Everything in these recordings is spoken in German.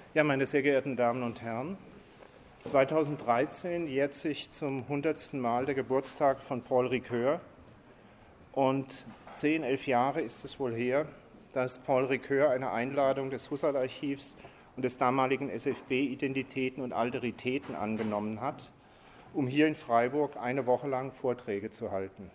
Ja, meine sehr geehrten Damen und Herren, 2013 jährt sich zum 100. Mal der Geburtstag von Paul Ricoeur und 10, 11 Jahre ist es wohl her, dass Paul Ricoeur eine Einladung des Husserl-Archivs und des damaligen SFB Identitäten und Alteritäten angenommen hat, um hier in Freiburg eine Woche lang Vorträge zu halten.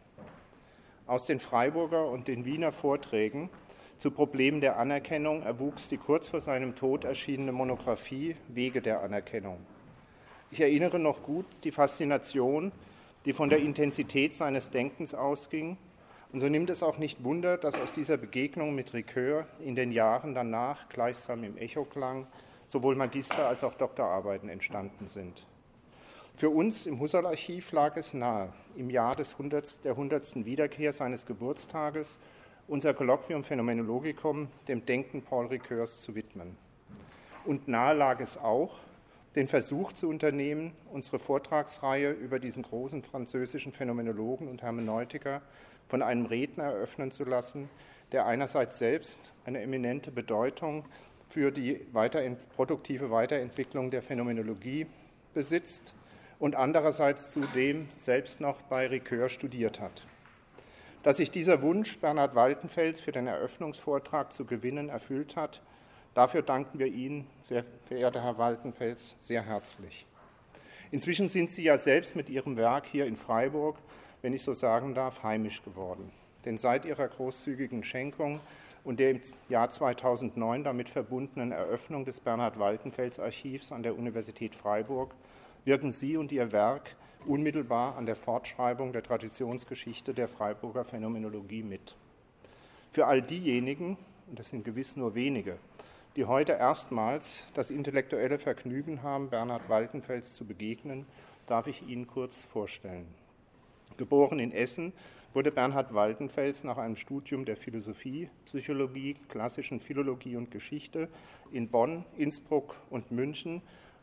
Aus den Freiburger und den Wiener Vorträgen zu Problemen der Anerkennung erwuchs die kurz vor seinem Tod erschienene Monographie Wege der Anerkennung. Ich erinnere noch gut die Faszination, die von der Intensität seines Denkens ausging, und so nimmt es auch nicht Wunder, dass aus dieser Begegnung mit Ricoeur in den Jahren danach gleichsam im Echoklang sowohl Magister- als auch Doktorarbeiten entstanden sind. Für uns im Husserl-Archiv lag es nahe, im Jahr der 100. Wiederkehr seines Geburtstages unser Kolloquium Phänomenologicum dem Denken Paul Ricoeurs zu widmen. Und nahe lag es auch, den Versuch zu unternehmen, unsere Vortragsreihe über diesen großen französischen Phänomenologen und Hermeneutiker von einem Redner eröffnen zu lassen, der einerseits selbst eine eminente Bedeutung für die produktive Weiterentwicklung der Phänomenologie besitzt und andererseits zudem selbst noch bei Ricoeur studiert hat. Dass sich dieser Wunsch, Bernhard Waltenfels für den Eröffnungsvortrag zu gewinnen, erfüllt hat, dafür danken wir Ihnen, sehr verehrter Herr Waltenfels, sehr herzlich. Inzwischen sind Sie ja selbst mit Ihrem Werk hier in Freiburg, wenn ich so sagen darf, heimisch geworden. Denn seit Ihrer großzügigen Schenkung und der im Jahr 2009 damit verbundenen Eröffnung des Bernhard Waltenfels Archivs an der Universität Freiburg wirken Sie und Ihr Werk unmittelbar an der Fortschreibung der Traditionsgeschichte der Freiburger Phänomenologie mit. Für all diejenigen, und das sind gewiss nur wenige, die heute erstmals das intellektuelle Vergnügen haben, Bernhard Waltenfels zu begegnen, darf ich Ihnen kurz vorstellen. Geboren in Essen wurde Bernhard Waltenfels nach einem Studium der Philosophie, Psychologie, klassischen Philologie und Geschichte in Bonn, Innsbruck und München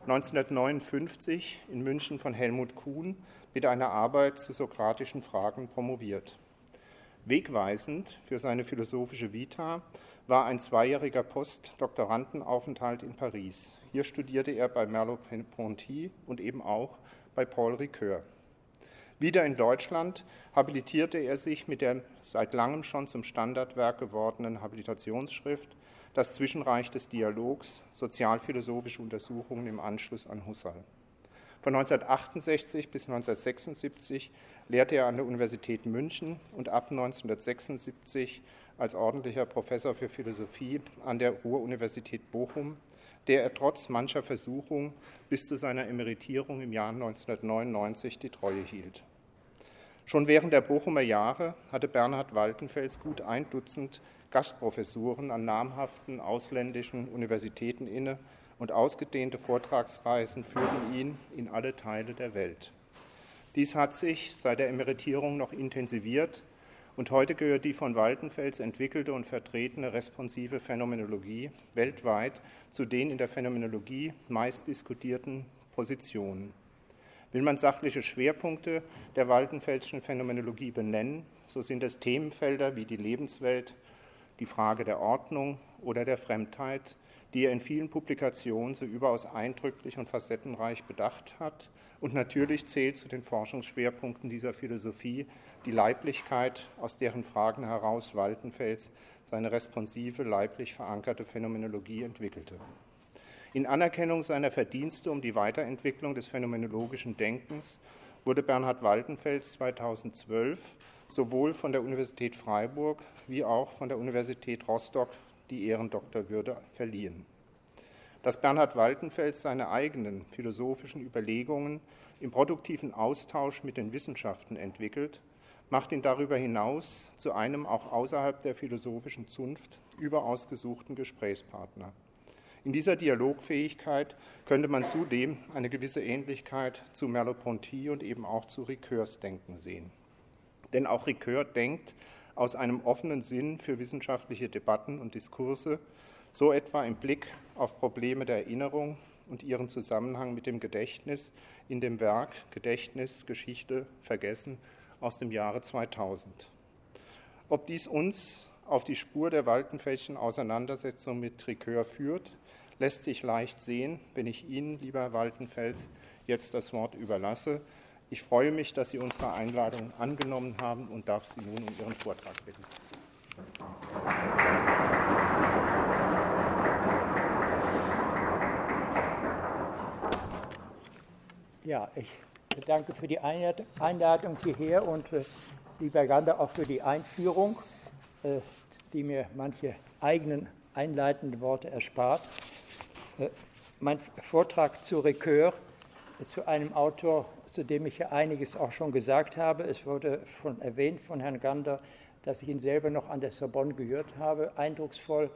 1959 in München von Helmut Kuhn mit einer Arbeit zu sokratischen Fragen promoviert. Wegweisend für seine philosophische Vita war ein 2-jähriger Postdoktorandenaufenthalt in Paris. Hier studierte er bei Merleau-Ponty und eben auch bei Paul Ricoeur. Wieder in Deutschland habilitierte er sich mit der seit langem schon zum Standardwerk gewordenen Habilitationsschrift Das Zwischenreich des Dialogs, sozialphilosophische Untersuchungen im Anschluss an Husserl. Von 1968 bis 1976 lehrte er an der Universität München und ab 1976 als ordentlicher Professor für Philosophie an der Ruhr-Universität Bochum, der er trotz mancher Versuchung bis zu seiner Emeritierung im Jahr 1999 die Treue hielt. Schon während der Bochumer Jahre hatte Bernhard Waltenfels gut 1 Dutzend Gastprofessuren an namhaften ausländischen Universitäten inne und ausgedehnte Vortragsreisen führten ihn in alle Teile der Welt. Dies hat sich seit der Emeritierung noch intensiviert und heute gehört die von Waltenfels entwickelte und vertretene responsive Phänomenologie weltweit zu den in der Phänomenologie meist diskutierten Positionen. Will man sachliche Schwerpunkte der Waltenfelschen Phänomenologie benennen, so sind es Themenfelder wie die Lebenswelt, die Frage der Ordnung oder der Fremdheit, die er in vielen Publikationen so überaus eindrücklich und facettenreich bedacht hat. Und natürlich zählt zu den Forschungsschwerpunkten dieser Philosophie die Leiblichkeit, aus deren Fragen heraus Waltenfels seine responsive, leiblich verankerte Phänomenologie entwickelte. In Anerkennung seiner Verdienste um die Weiterentwicklung des phänomenologischen Denkens wurde Bernhard Waltenfels 2012 sowohl von der Universität Freiburg wie auch von der Universität Rostock die Ehrendoktorwürde verliehen. Dass Bernhard Waltenfels seine eigenen philosophischen Überlegungen im produktiven Austausch mit den Wissenschaften entwickelt, macht ihn darüber hinaus zu einem auch außerhalb der philosophischen Zunft überaus gesuchten Gesprächspartner. In dieser Dialogfähigkeit könnte man zudem eine gewisse Ähnlichkeit zu Merleau-Ponty und eben auch zu Ricoeurs Denken sehen. Denn auch Ricoeur denkt aus einem offenen Sinn für wissenschaftliche Debatten und Diskurse, so etwa im Blick auf Probleme der Erinnerung und ihren Zusammenhang mit dem Gedächtnis in dem Werk Gedächtnis, Geschichte, Vergessen aus dem Jahre 2000. Ob dies uns auf die Spur der Waltenfelschen Auseinandersetzung mit Ricoeur führt, lässt sich leicht sehen, wenn ich Ihnen, lieber Herr Waltenfels, jetzt das Wort überlasse. Ich freue mich, dass Sie unsere Einladung angenommen haben und darf Sie nun um Ihren Vortrag bitten. Ja, ich danke für die Einladung hierher und lieber Gander auch für die Einführung, die mir manche eigenen einleitenden Worte erspart. Mein Vortrag zu Ricoeur, zu einem Autor, zu dem ich ja einiges auch schon gesagt habe. Es wurde schon erwähnt von Herrn Gander, dass ich ihn selber noch an der Sorbonne gehört habe, eindrucksvoll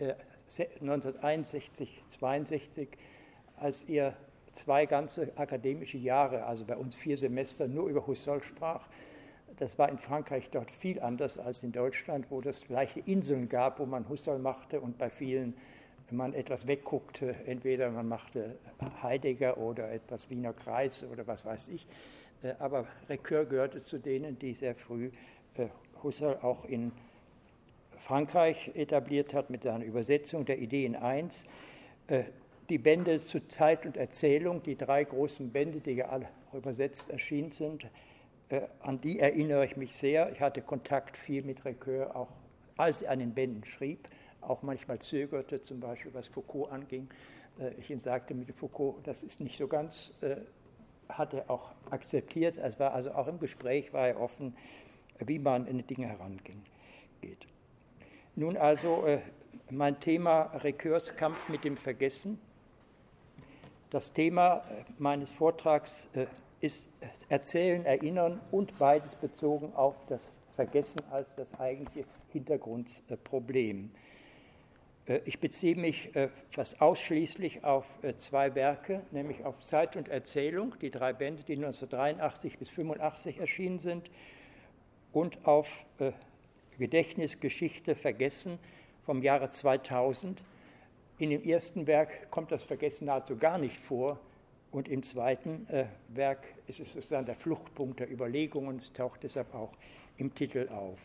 1961, 62, als er 2 ganze akademische Jahre, also bei uns 4 Semester, nur über Husserl sprach. Das war in Frankreich dort viel anders als in Deutschland, wo es gleiche Inseln gab, wo man Husserl machte und bei vielen man etwas wegguckte. Entweder man machte Heidegger oder etwas Wiener Kreis oder was weiß ich. Aber Ricoeur gehörte zu denen, die sehr früh Husserl auch in Frankreich etabliert hat mit seiner Übersetzung der Ideen 1. Die Bände zu Zeit und Erzählung, die 3 großen Bände, die ja alle übersetzt erschienen sind, an die erinnere ich mich sehr. Ich hatte Kontakt viel mit Ricoeur, auch als er an den Bänden schrieb, auch manchmal zögerte, zum Beispiel was Foucault anging. Ich ihm sagte mit Foucault, das ist nicht so ganz, hat er auch akzeptiert. Es war also auch im Gespräch, war er offen, wie man in die Dinge herangeht. Nun also mein Thema Ricoeurs Kampf mit dem Vergessen. Das Thema meines Vortrags ist Erzählen, Erinnern und beides bezogen auf das Vergessen als das eigentliche Hintergrundproblem. Ich beziehe mich fast ausschließlich auf 2 Werke, nämlich auf Zeit und Erzählung, die 3 Bände, die 1983 bis 1985 erschienen sind, und auf Gedächtnis, Geschichte, Vergessen vom Jahre 2000. In dem ersten Werk kommt das Vergessen nahezu gar nicht vor und im zweiten Werk ist es sozusagen der Fluchtpunkt der Überlegungen und es taucht deshalb auch im Titel auf.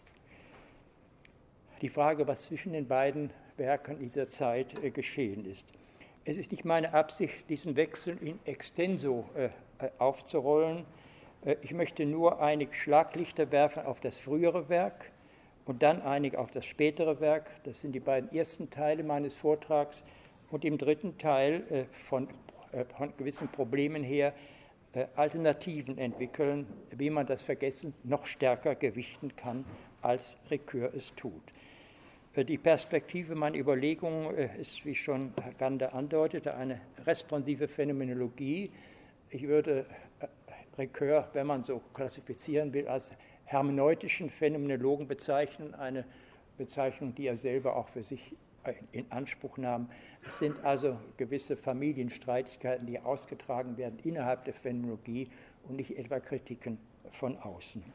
Die Frage, was zwischen den beiden Werken dieser Zeit geschehen ist. Es ist nicht meine Absicht, diesen Wechsel in extenso aufzurollen. Ich möchte nur einige Schlaglichter werfen auf das frühere Werk und dann einige auf das spätere Werk. Das sind die beiden ersten Teile meines Vortrags. Und im dritten Teil von gewissen Problemen her Alternativen entwickeln, wie man das Vergessen noch stärker gewichten kann, als Ricoeur es tut. Die Perspektive meiner Überlegungen ist, wie schon Herr Gander andeutete, eine responsive Phänomenologie. Ich würde Ricoeur, wenn man so klassifizieren will, als hermeneutischen Phänomenologen bezeichnen, eine Bezeichnung, die er selber auch für sich in Anspruch nahm. Es sind also gewisse Familienstreitigkeiten, die ausgetragen werden innerhalb der Phänomenologie und nicht etwa Kritiken von außen.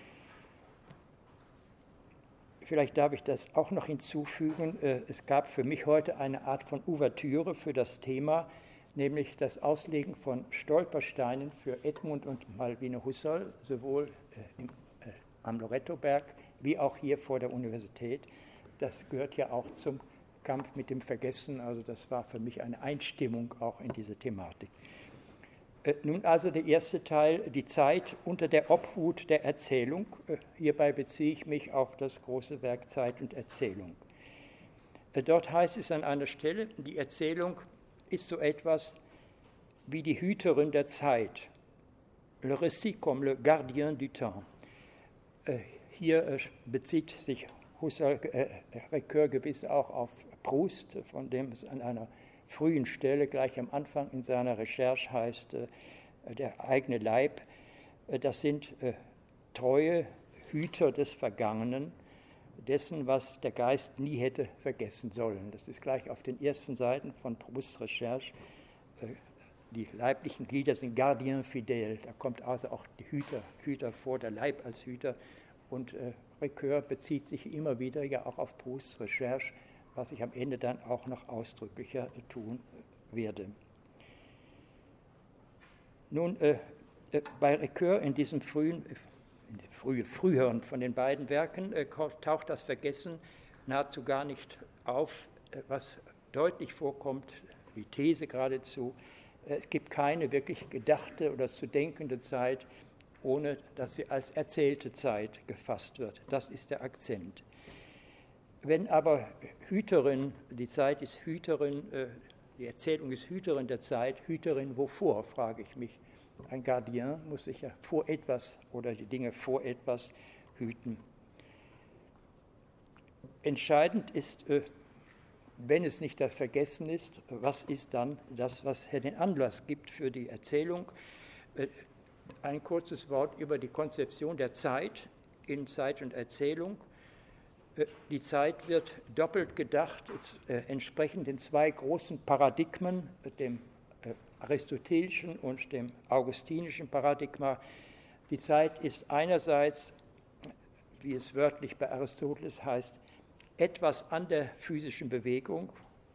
Vielleicht darf ich das auch noch hinzufügen. Es gab für mich heute eine Art von Ouvertüre für das Thema, nämlich das Auslegen von Stolpersteinen für Edmund und Malvine Husserl, sowohl am Lorettoberg wie auch hier vor der Universität. Das gehört ja auch zum Kampf mit dem Vergessen, also das war für mich eine Einstimmung auch in diese Thematik. Nun also der erste Teil, die Zeit unter der Obhut der Erzählung. Hierbei beziehe ich mich auf das große Werk Zeit und Erzählung. Dort heißt es an einer Stelle, die Erzählung ist so etwas wie die Hüterin der Zeit. Le récit comme le gardien du temps. Hier bezieht sich Ricoeur gewiss auch auf Proust, von dem es an einer frühen Stelle gleich am Anfang in seiner Recherche heißt, der eigene Leib. Das sind treue Hüter des Vergangenen, dessen, was der Geist nie hätte vergessen sollen. Das ist gleich auf den ersten Seiten von Prousts Recherche. Die leiblichen Glieder sind Gardien fidèles. Da kommt also auch die Hüter vor, der Leib als Hüter. Und Ricoeur bezieht sich immer wieder ja auch auf Prousts Recherche, was ich am Ende dann auch noch ausdrücklicher tun werde. Nun, bei Ricoeur in diesem früheren von den beiden Werken taucht das Vergessen nahezu gar nicht auf. Was deutlich vorkommt, die These geradezu, es gibt keine wirklich gedachte oder zu denkende Zeit, ohne dass sie als erzählte Zeit gefasst wird. Das ist der Akzent. Wenn aber Hüterin, die Zeit ist Hüterin, die Erzählung ist Hüterin der Zeit, Hüterin wovor, frage ich mich. Ein Gardien muss sich ja vor etwas oder die Dinge vor etwas hüten. Entscheidend ist, wenn es nicht das Vergessen ist, was ist dann das, was den Anlass gibt für die Erzählung? Ein kurzes Wort über die Konzeption der Zeit in Zeit und Erzählung. Die Zeit wird doppelt gedacht, entsprechend den zwei großen Paradigmen, dem aristotelischen und dem augustinischen Paradigma. Die Zeit ist einerseits, wie es wörtlich bei Aristoteles heißt, etwas an der physischen Bewegung,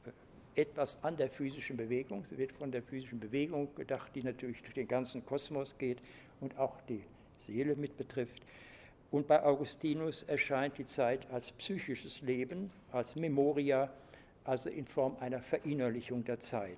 Sie wird von der physischen Bewegung gedacht, die natürlich durch den ganzen Kosmos geht und auch die Seele mit betrifft. Und bei Augustinus erscheint die Zeit als psychisches Leben, als Memoria, also in Form einer Verinnerlichung der Zeit.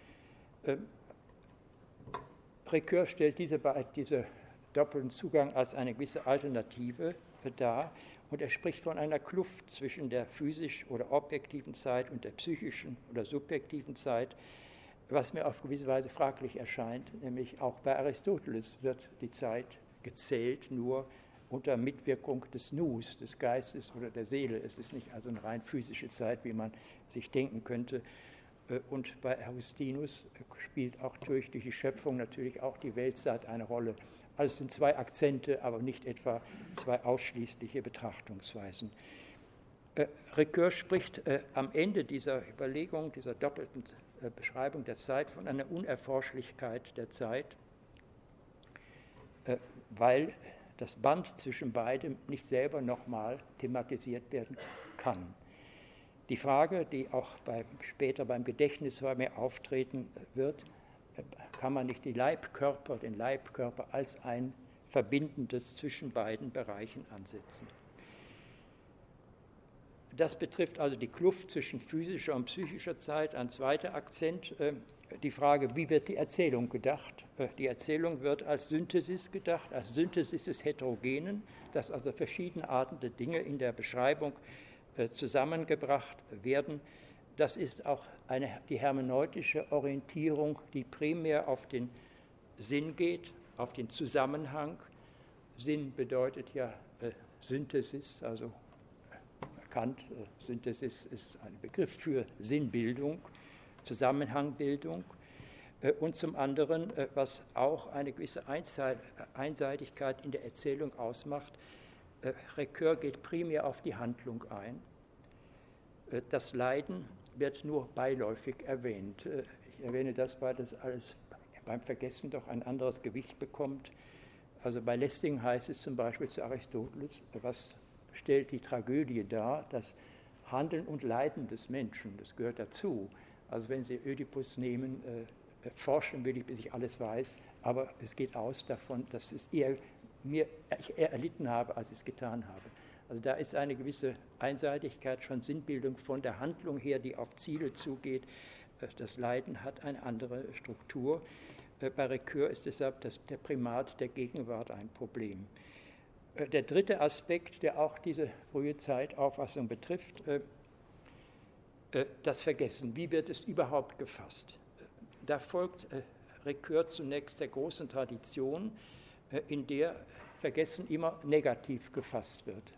Ricoeur stellt diese doppelten Zugang als eine gewisse Alternative dar. Und er spricht von einer Kluft zwischen der physisch oder objektiven Zeit und der psychischen oder subjektiven Zeit, was mir auf gewisse Weise fraglich erscheint, nämlich auch bei Aristoteles wird die Zeit gezählt nur unter Mitwirkung des Nus, des Geistes oder der Seele. Es ist nicht also eine rein physische Zeit, wie man sich denken könnte. Und bei Augustinus spielt auch durch die Schöpfung natürlich auch die Weltzeit eine Rolle. Also es sind zwei Akzente, aber nicht etwa zwei ausschließliche Betrachtungsweisen. Ricoeur spricht am Ende dieser Überlegung, dieser doppelten Beschreibung der Zeit von einer Unerforschlichkeit der Zeit, weil das Band zwischen beidem nicht selber nochmal thematisiert werden kann. Die Frage, die auch später beim Gedächtnis mehr auftreten wird, kann man nicht den Leibkörper als ein Verbindendes zwischen beiden Bereichen ansetzen. Das betrifft also die Kluft zwischen physischer und psychischer Zeit. Ein zweiter Akzent, die Frage, wie wird die Erzählung gedacht? Die Erzählung wird als Synthesis gedacht, als Synthesis des Heterogenen, dass also verschiedene Arten der Dinge in der Beschreibung zusammengebracht werden. Das ist auch die hermeneutische Orientierung, die primär auf den Sinn geht, auf den Zusammenhang. Sinn bedeutet ja Synthesis, also Kant, Synthesis ist ein Begriff für Sinnbildung, Zusammenhangbildung. Und zum anderen, was auch eine gewisse Einseitigkeit in der Erzählung ausmacht, Ricoeur geht primär auf die Handlung ein. Das Leiden wird nur beiläufig erwähnt. Ich erwähne das, weil das alles beim Vergessen doch ein anderes Gewicht bekommt. Also bei Lessing heißt es zum Beispiel zu Aristoteles, was stellt die Tragödie dar? Das Handeln und Leiden des Menschen, das gehört dazu. Also wenn Sie Ödipus nehmen, forschen will ich, bis ich alles weiß, aber es geht aus davon, dass ich eher erlitten habe, als ich es getan habe. Also da ist eine gewisse Einseitigkeit schon Sinnbildung von der Handlung her, die auf Ziele zugeht. Das Leiden hat eine andere Struktur. Bei Ricoeur ist deshalb der Primat der Gegenwart ein Problem. Der dritte Aspekt, der auch diese frühe Zeitauffassung betrifft, das Vergessen. Wie wird es überhaupt gefasst? Da folgt Ricoeur zunächst der großen Tradition, in der Vergessen immer negativ gefasst wird.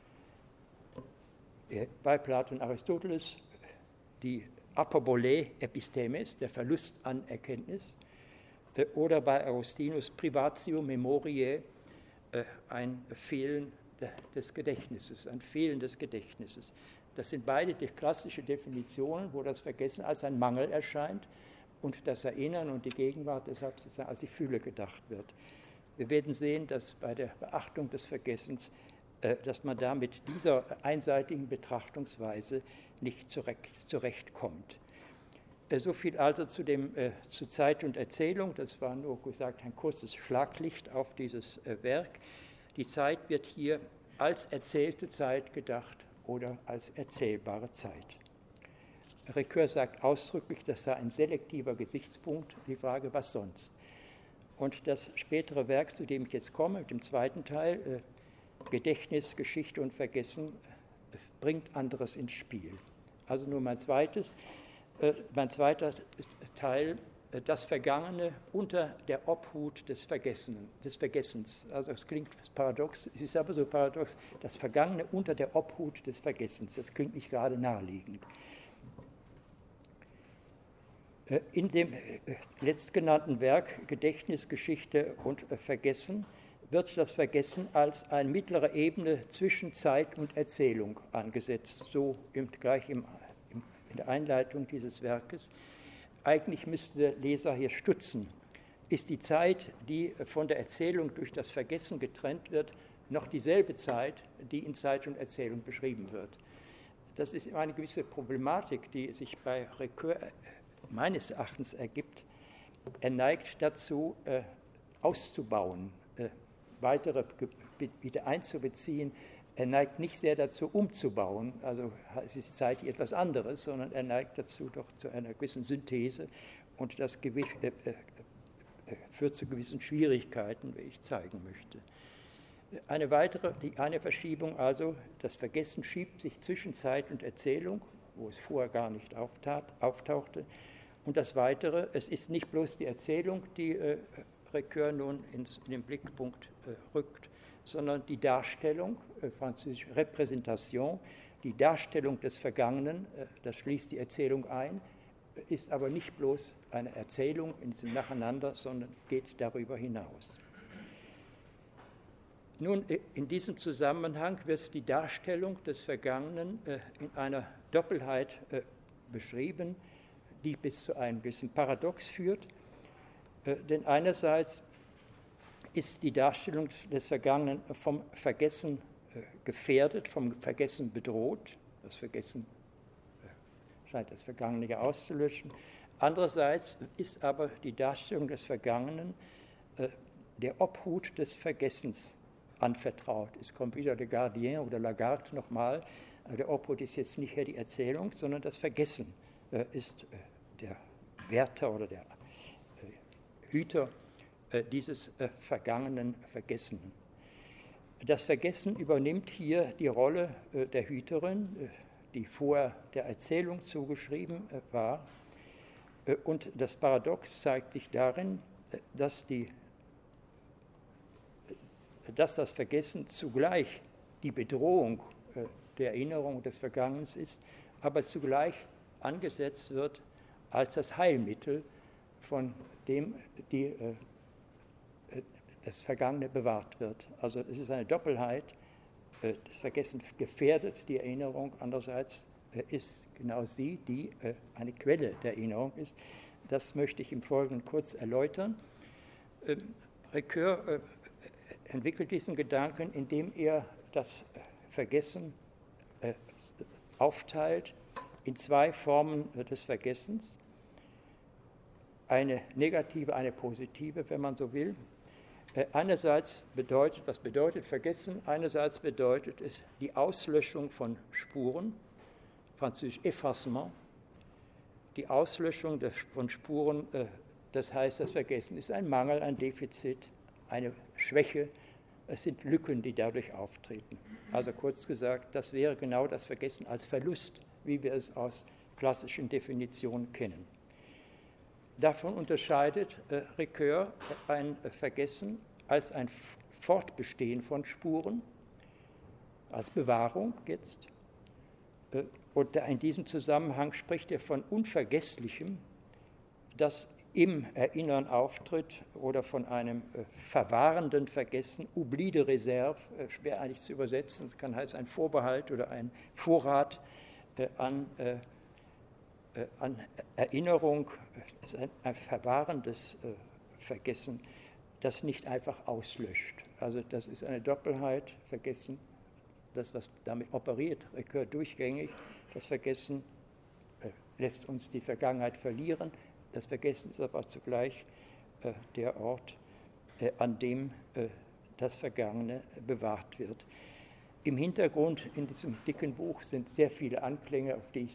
Bei Platon und Aristoteles die Apobole Epistemes, der Verlust an Erkenntnis, oder bei Augustinus Privatio Memoriae, ein Fehlen des Gedächtnisses, ein Fehlen des Gedächtnisses. Das sind beide die klassische Definitionen, wo das Vergessen als ein Mangel erscheint und das Erinnern und die Gegenwart deshalb sozusagen als die Fülle gedacht wird. Wir werden sehen, dass bei der Beachtung des Vergessens, dass man da mit dieser einseitigen Betrachtungsweise nicht zurechtkommt. So viel also zu Zeit und Erzählung. Das war nur gesagt ein kurzes Schlaglicht auf dieses Werk. Die Zeit wird hier als erzählte Zeit gedacht oder als erzählbare Zeit. Ricoeur sagt ausdrücklich, das sei ein selektiver Gesichtspunkt, die Frage, was sonst. Und das spätere Werk, zu dem ich jetzt komme, mit dem zweiten Teil, Gedächtnis, Geschichte und Vergessen, bringt anderes ins Spiel. Also nur mein zweiter Teil, das Vergangene unter der Obhut des Vergessens. Also es klingt paradox, es ist aber so paradox, das Vergangene unter der Obhut des Vergessens. Das klingt nicht gerade naheliegend. In dem letztgenannten Werk Gedächtnis, Geschichte und Vergessen wird das Vergessen als eine mittlere Ebene zwischen Zeit und Erzählung angesetzt, so gleich in der Einleitung dieses Werkes. Eigentlich müsste der Leser hier stutzen. Ist die Zeit, die von der Erzählung durch das Vergessen getrennt wird, noch dieselbe Zeit, die in Zeit und Erzählung beschrieben wird? Das ist eine gewisse Problematik, die sich bei Ricoeur meines Erachtens ergibt. Er neigt dazu, auszubauen, weitere Gebiete einzubeziehen. Er neigt nicht sehr dazu, umzubauen, also es ist die Zeit etwas anderes, sondern er neigt dazu doch zu einer gewissen Synthese und das führt zu gewissen Schwierigkeiten, wie ich zeigen möchte. Eine Verschiebung also, das Vergessen schiebt sich zwischen Zeit und Erzählung, wo es vorher gar nicht auftauchte. Und das Weitere, es ist nicht bloß die Erzählung, die Ricoeur nun in den Blickpunkt rückt, sondern die Darstellung, französisch Repräsentation, die Darstellung des Vergangenen, das schließt die Erzählung ein, ist aber nicht bloß eine Erzählung in diesem Nacheinander, sondern geht darüber hinaus. Nun, in diesem Zusammenhang wird die Darstellung des Vergangenen in einer Doppelheit beschrieben, die bis zu einem gewissen Paradox führt. Denn einerseits ist die Darstellung des Vergangenen vom Vergessen gefährdet, vom Vergessen bedroht. Das Vergessen scheint das Vergangene ja auszulöschen. Andererseits ist aber die Darstellung des Vergangenen der Obhut des Vergessens anvertraut. Es kommt wieder der Gardien oder Lagarde nochmal. Der Obhut ist jetzt nicht mehr die Erzählung, sondern das Vergessen ist der Wärter oder der Hüter dieses vergangenen Vergessenen. Das Vergessen übernimmt hier die Rolle der Hüterin, die vorher der Erzählung zugeschrieben war. Und das Paradox zeigt sich darin, dass das Vergessen zugleich die Bedrohung der Erinnerung des Vergangenen ist, aber zugleich angesetzt wird als das Heilmittel, von dem das Vergangene bewahrt wird. Also es ist eine Doppelheit. Das Vergessen gefährdet die Erinnerung, andererseits ist genau sie, die eine Quelle der Erinnerung ist. Das möchte ich im Folgenden kurz erläutern. Ricoeur entwickelt diesen Gedanken, indem er das Vergessen aufteilt in zwei Formen des Vergessens. Eine negative, eine positive, wenn man so will. Einerseits was bedeutet Vergessen? Einerseits bedeutet es die Auslöschung von Spuren, französisch Effacement, die Auslöschung von Spuren, das heißt, das Vergessen ist ein Mangel, ein Defizit, eine Schwäche, es sind Lücken, die dadurch auftreten. Also kurz gesagt, das wäre genau das Vergessen als Verlust, wie wir es aus klassischen Definitionen kennen. Davon unterscheidet Ricoeur ein Vergessen als ein Fortbestehen von Spuren, als Bewahrung jetzt. Und in diesem Zusammenhang spricht er von Unvergesslichem, das im Erinnern auftritt, oder von einem verwahrenden Vergessen, oubli de réserve, schwer eigentlich zu übersetzen, es kann heißen ein Vorbehalt oder ein Vorrat an Erinnerung, ist ein verwahrendes Vergessen, das nicht einfach auslöscht. Also das ist eine Doppelheit, Vergessen, das, was damit operiert, Ricoeur durchgängig. Das Vergessen lässt uns die Vergangenheit verlieren. Das Vergessen ist aber zugleich der Ort, an dem das Vergangene bewahrt wird. Im Hintergrund in diesem dicken Buch sind sehr viele Anklänge, auf die ich hier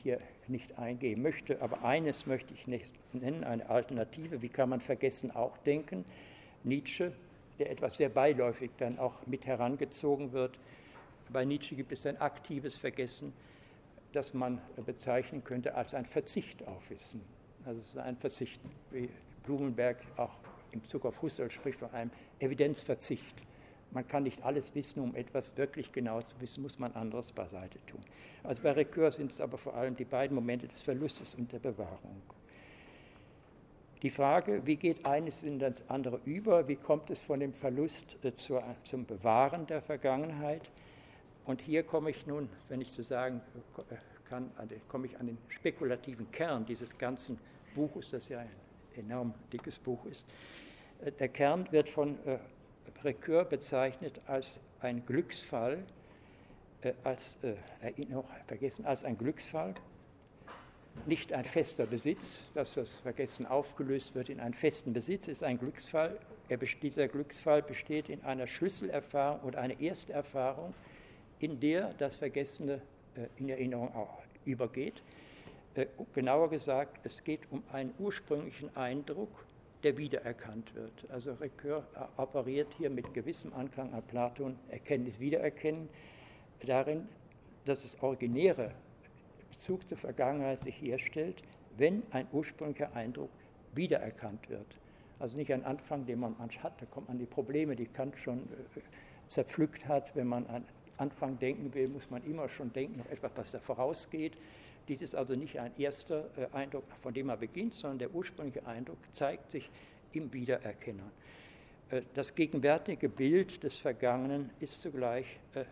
nicht eingehen möchte. Aber eines möchte ich nicht nennen, eine Alternative. Wie kann man Vergessen auch denken? Nietzsche, der etwas sehr beiläufig dann auch mit herangezogen wird. Bei Nietzsche gibt es ein aktives Vergessen, das man bezeichnen könnte als ein Verzicht auf Wissen. Also es ist ein Verzicht, wie Blumenberg auch in Bezug auf Husserl spricht von einem Evidenzverzicht. Man kann nicht alles wissen, um etwas wirklich genau zu wissen, muss man anderes beiseite tun. Also bei Ricoeur sind es aber vor allem die beiden Momente des Verlustes und der Bewahrung. Die Frage, wie geht eines in das andere über, wie kommt es von dem Verlust zum Bewahren der Vergangenheit? Und hier komme ich nun, wenn ich so sagen kann, komme ich an den spekulativen Kern dieses ganzen Buches, das ja ein enorm dickes Buch ist. Der Kern wird von Ricoeur bezeichnet als ein Glücksfall, als ein Glücksfall, nicht ein fester Besitz, dass das Vergessen aufgelöst wird in einen festen Besitz, ist ein Glücksfall. Dieser Glücksfall besteht in einer Schlüsselerfahrung oder einer Ersterfahrung, in der das Vergessene in Erinnerung auch übergeht. Genauer gesagt, es geht um einen ursprünglichen Eindruck, der wiedererkannt wird. Also Ricoeur operiert hier mit gewissem Anklang an Platon, Erkenntnis, Wiedererkennen, darin, dass das originäre Bezug zur Vergangenheit sich herstellt, wenn ein ursprünglicher Eindruck wiedererkannt wird. Also nicht ein Anfang, den man hat, da kommt man an die Probleme, die Kant schon zerpflückt hat. Wenn man an Anfang denken will, muss man immer schon denken, noch etwas, was da vorausgeht. Dies ist also nicht ein erster Eindruck, von dem man beginnt, sondern der ursprüngliche Eindruck zeigt sich im Wiedererkennen. Das gegenwärtige Bild des Vergangenen ist zugleich,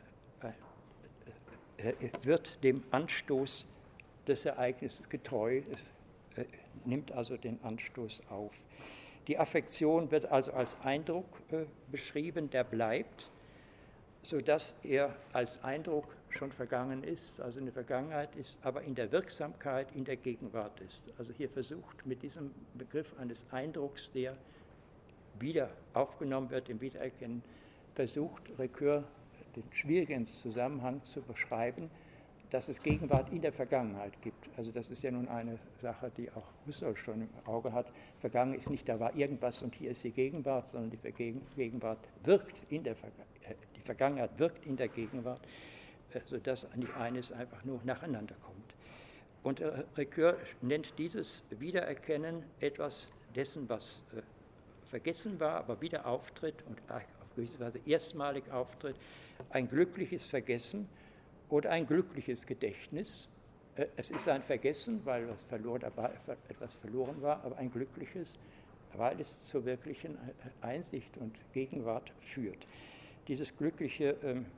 wird dem Anstoß des Ereignisses getreu, es nimmt also den Anstoß auf. Die Affektion wird also als Eindruck beschrieben, der bleibt, sodass er als Eindruck schon vergangen ist, also in der Vergangenheit ist, aber in der Wirksamkeit in der Gegenwart ist. Also hier versucht mit diesem Begriff eines Eindrucks, der wieder aufgenommen wird, im Wiedererkennen, versucht Ricoeur den schwierigen Zusammenhang zu beschreiben, dass es Gegenwart in der Vergangenheit gibt. Also das ist ja nun eine Sache, die auch Husserl schon im Auge hat. Vergangen ist nicht, da war irgendwas und hier ist die Gegenwart, sondern die Gegenwart wirkt in der Vergangenheit. Die Vergangenheit wirkt in der Gegenwart, sodass nicht eines einfach nur nacheinander kommt. Und Ricoeur nennt dieses Wiedererkennen etwas dessen, was vergessen war, aber wieder auftritt und auf gewisse Weise erstmalig auftritt, ein glückliches Vergessen oder ein glückliches Gedächtnis. Es ist ein Vergessen, weil etwas verloren war, aber ein glückliches, weil es zur wirklichen Einsicht und Gegenwart führt. Dieses glückliche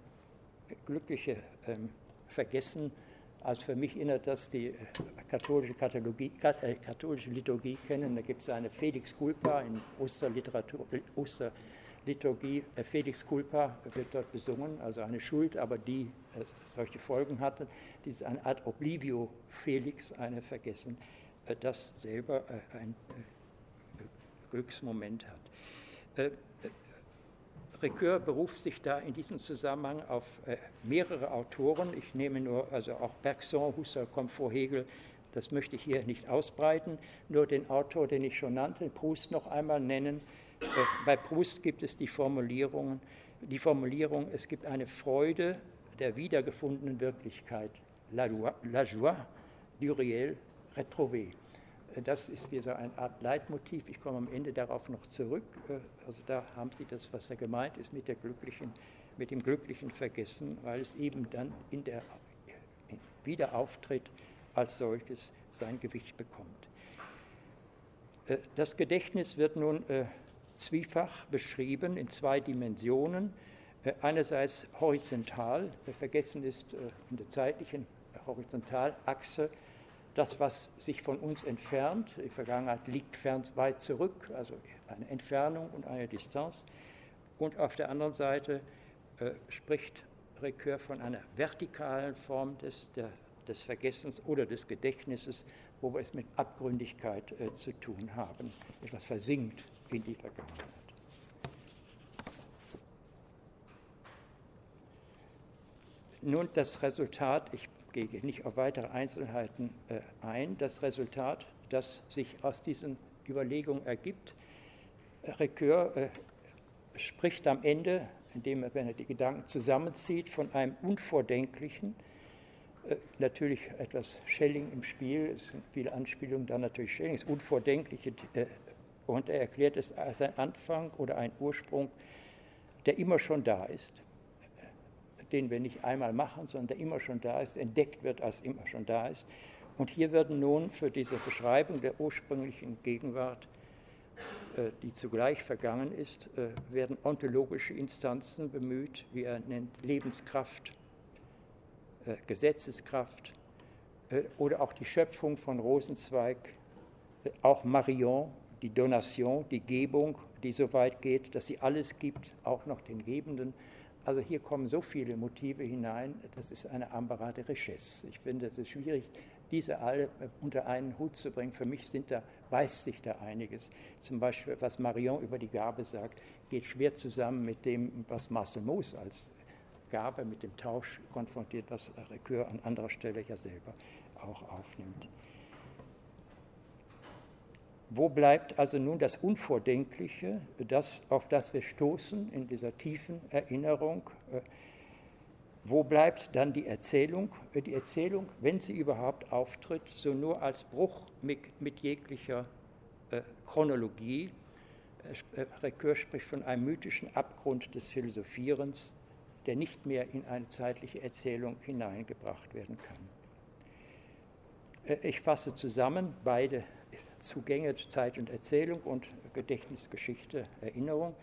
Vergessen, also für mich erinnert das die katholische Liturgie kennen. Da gibt es eine Felix Culpa in Osterliturgie. Felix Culpa wird dort besungen, also eine Schuld, aber die solche Folgen hatte. Dies ist eine Art Oblivio Felix, eine Vergessen, das selber ein Glücksmoment hat. Ricoeur beruft sich da in diesem Zusammenhang auf mehrere Autoren. Ich nehme nur, also auch Bergson, Husserl kommt vor Hegel, das möchte ich hier nicht ausbreiten, nur den Autor, den ich schon nannte, Proust noch einmal nennen. Bei Proust gibt es die Formulierung, es gibt eine Freude der wiedergefundenen Wirklichkeit, la joie du réel retrouvé. Das ist wie so eine Art Leitmotiv. Ich komme am Ende darauf noch zurück. Also da haben Sie das, was da gemeint ist mit dem glücklichen Vergessen, weil es eben dann in Wiederauftritt als solches sein Gewicht bekommt. Das Gedächtnis wird nun zwiefach beschrieben in zwei Dimensionen. Einerseits horizontal, Vergessen ist in der zeitlichen Horizontalachse das, was sich von uns entfernt. Die Vergangenheit liegt weit zurück, also eine Entfernung und eine Distanz. Und auf der anderen Seite spricht Ricoeur von einer vertikalen Form des Vergessens oder des Gedächtnisses, wo wir es mit Abgründigkeit zu tun haben. Etwas versinkt in die Vergangenheit. Nun das Resultat, ich gehe nicht auf weitere Einzelheiten ein. Das Resultat, das sich aus diesen Überlegungen ergibt, Ricoeur spricht am Ende, indem er, wenn er die Gedanken zusammenzieht, von einem Unvordenklichen, natürlich etwas Schelling im Spiel, es sind viele Anspielungen da natürlich Schelling, das Unvordenkliche, und er erklärt es als ein Anfang oder ein Ursprung, der immer schon da ist, den wir nicht einmal machen, sondern der immer schon da ist, entdeckt wird, als immer schon da ist. Und hier werden nun für diese Beschreibung der ursprünglichen Gegenwart, die zugleich vergangen ist, werden ontologische Instanzen bemüht, wie er nennt, Lebenskraft, Gesetzeskraft oder auch die Schöpfung von Rosenzweig, auch Marion, die Donation, die Gebung, die so weit geht, dass sie alles gibt, auch noch den Gebenden. Also hier kommen so viele Motive hinein, das ist eine Embarras de Richesse. Ich finde, es ist schwierig, diese alle unter einen Hut zu bringen. Für mich weiß sich da einiges. Zum Beispiel, was Marion über die Gabe sagt, geht schwer zusammen mit dem, was Marcel Mauss als Gabe mit dem Tausch konfrontiert, was Ricoeur an anderer Stelle ja selber auch aufnimmt. Wo bleibt also nun das Unvordenkliche, auf das wir stoßen in dieser tiefen Erinnerung? Wo bleibt dann die Erzählung? Die Erzählung, wenn sie überhaupt auftritt, so nur als Bruch mit jeglicher Chronologie. Ricoeur spricht von einem mythischen Abgrund des Philosophierens, der nicht mehr in eine zeitliche Erzählung hineingebracht werden kann. Ich fasse zusammen beide Zugänge, Zeit und Erzählung und Gedächtnis, Geschichte, Erinnerung.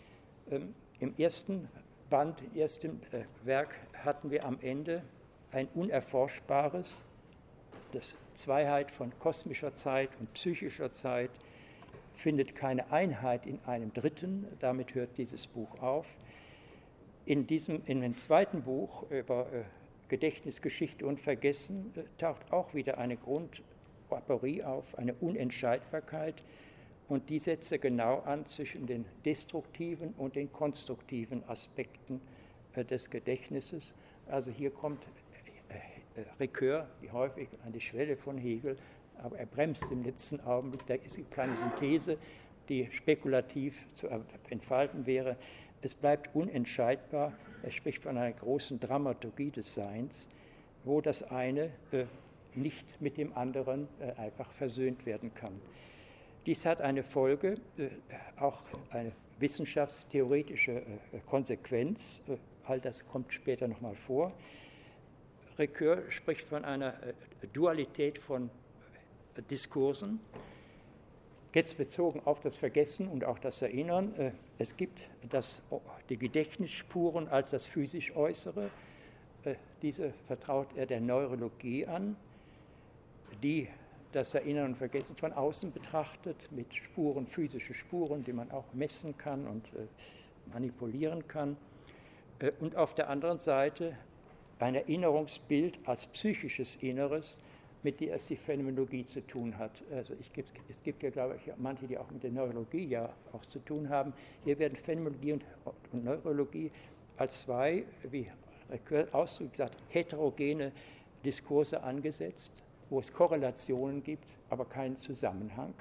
Im ersten Band, im ersten Werk hatten wir am Ende ein Unerforschbares, das Zweiheit von kosmischer Zeit und psychischer Zeit findet keine Einheit in einem dritten, damit hört dieses Buch auf. In dem zweiten Buch über Gedächtnis, Geschichte und Vergessen taucht auch wieder eine Grundaporie auf, eine Unentscheidbarkeit, und die setze genau an zwischen den destruktiven und den konstruktiven Aspekten des Gedächtnisses. Also hier kommt Ricoeur, wie häufig, an die Schwelle von Hegel, aber er bremst im letzten Augenblick. Da ist keine Synthese, die spekulativ zu entfalten wäre. Es bleibt unentscheidbar. Er spricht von einer großen Dramaturgie des Seins, wo das eine nicht mit dem anderen einfach versöhnt werden kann. Dies hat eine Folge, auch eine wissenschaftstheoretische Konsequenz. All das kommt später nochmal vor. Ricoeur spricht von einer Dualität von Diskursen, jetzt bezogen auf das Vergessen und auch das Erinnern. Es gibt die Gedächtnisspuren als das physisch Äußere. Diese vertraut er der Neurologie an, die das Erinnern und Vergessen von außen betrachtet, mit Spuren, physische Spuren, die man auch messen kann und manipulieren kann. Und auf der anderen Seite ein Erinnerungsbild als psychisches Inneres, mit der es die Phänomenologie zu tun hat. Also es gibt ja, glaube ich, manche, die auch mit der Neurologie ja auch zu tun haben. Hier werden Phänomenologie und Neurologie als zwei, wie Ricoeur ausdrücklich sagt, heterogene Diskurse angesetzt, wo es Korrelationen gibt, aber keinen Zusammenhang.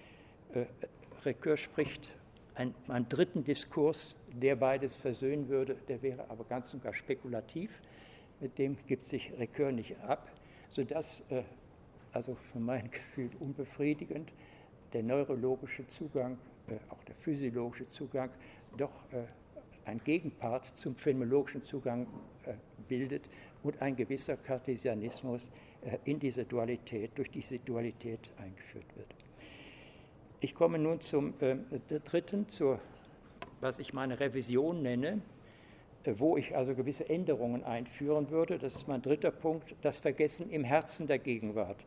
Ricoeur spricht einen dritten Diskurs, der beides versöhnen würde, der wäre aber ganz und gar spekulativ. Mit dem gibt sich Ricoeur nicht ab, sodass, also für mein Gefühl unbefriedigend, der neurologische Zugang, auch der physiologische Zugang, doch ein Gegenpart zum phänomenologischen Zugang bildet und ein gewisser Cartesianismus in diese Dualität, durch diese Dualität eingeführt wird. Ich komme nun zum dritten, was ich meine Revision nenne, wo ich also gewisse Änderungen einführen würde. Das ist mein dritter Punkt, das Vergessen im Herzen der Gegenwart.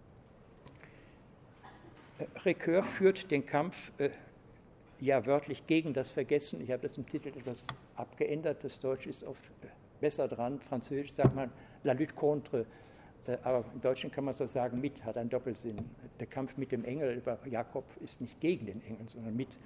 Ricoeur führt den Kampf ja wörtlich gegen das Vergessen. Ich habe das im Titel etwas abgeändert, das Deutsche ist oft besser dran, Französisch sagt man la lutte contre, aber im Deutschen kann man so sagen, hat einen Doppelsinn. Der Kampf mit dem Engel über Jakob ist nicht gegen den Engel, sondern mit.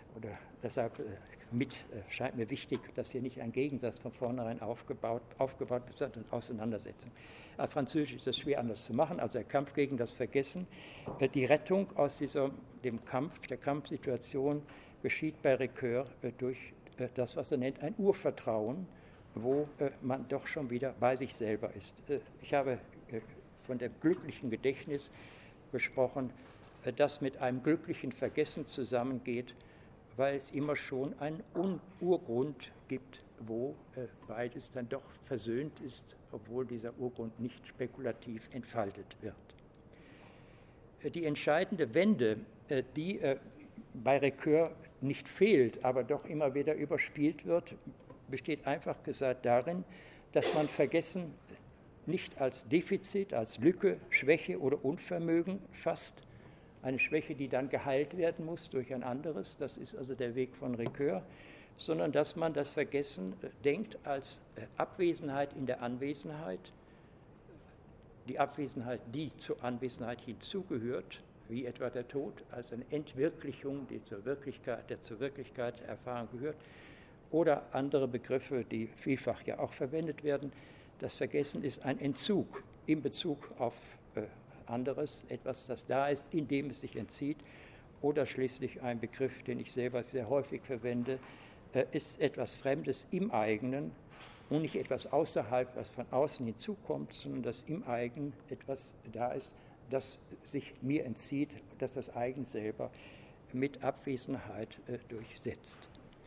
oder deshalb scheint mir wichtig, dass hier nicht ein Gegensatz von vornherein aufgebaut wird, sondern eine Auseinandersetzung. Auf Französisch ist es schwer anders zu machen, also der Kampf gegen das Vergessen. Die Rettung aus dem Kampf, der Kampfsituation geschieht bei Ricoeur durch das, was er nennt, ein Urvertrauen, wo man doch schon wieder bei sich selber ist. Ich habe von dem glücklichen Gedächtnis gesprochen, das mit einem glücklichen Vergessen zusammengeht, weil es immer schon einen Urgrund gibt, wo beides dann doch versöhnt ist, obwohl dieser Urgrund nicht spekulativ entfaltet wird. Die entscheidende Wende, die bei Ricoeur nicht fehlt, aber doch immer wieder überspielt wird, besteht einfach gesagt darin, dass man Vergessen nicht als Defizit, als Lücke, Schwäche oder Unvermögen fasst, eine Schwäche, die dann geheilt werden muss durch ein anderes, das ist also der Weg von Ricoeur, sondern dass man das Vergessen denkt als Abwesenheit in der Anwesenheit, die Abwesenheit, die zur Anwesenheit hinzugehört, wie etwa der Tod, als eine Entwirklichung, die zur Wirklichkeit der Erfahrung gehört, oder andere Begriffe, die vielfach ja auch verwendet werden. Das Vergessen ist ein Entzug in Bezug auf anderes, etwas, das da ist, indem es sich entzieht, oder schließlich ein Begriff, den ich selber sehr häufig verwende, ist etwas Fremdes im Eigenen und nicht etwas außerhalb, was von außen hinzukommt, sondern dass im Eigenen etwas da ist, das sich mir entzieht, das das Eigen selber mit Abwesenheit durchsetzt.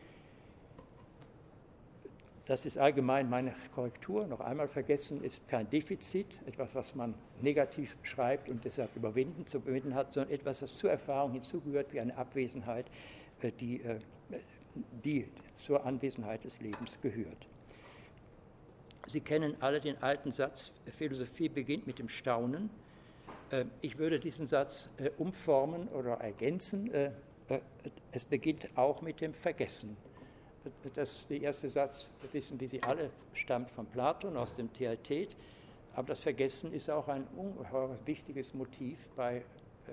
Das ist allgemein meine Korrektur. Noch einmal, Vergessen ist kein Defizit, etwas, was man negativ schreibt und deshalb zu überwinden hat, sondern etwas, das zur Erfahrung hinzugehört, wie eine Abwesenheit, die zur Anwesenheit des Lebens gehört. Sie kennen alle den alten Satz, Philosophie beginnt mit dem Staunen. Ich würde diesen Satz umformen oder ergänzen. Es beginnt auch mit dem Vergessen. Der erste Satz, wissen wie Sie alle, stammt von Platon aus dem Theaetet, aber das Vergessen ist auch ein ungeheuer wichtiges Motiv bei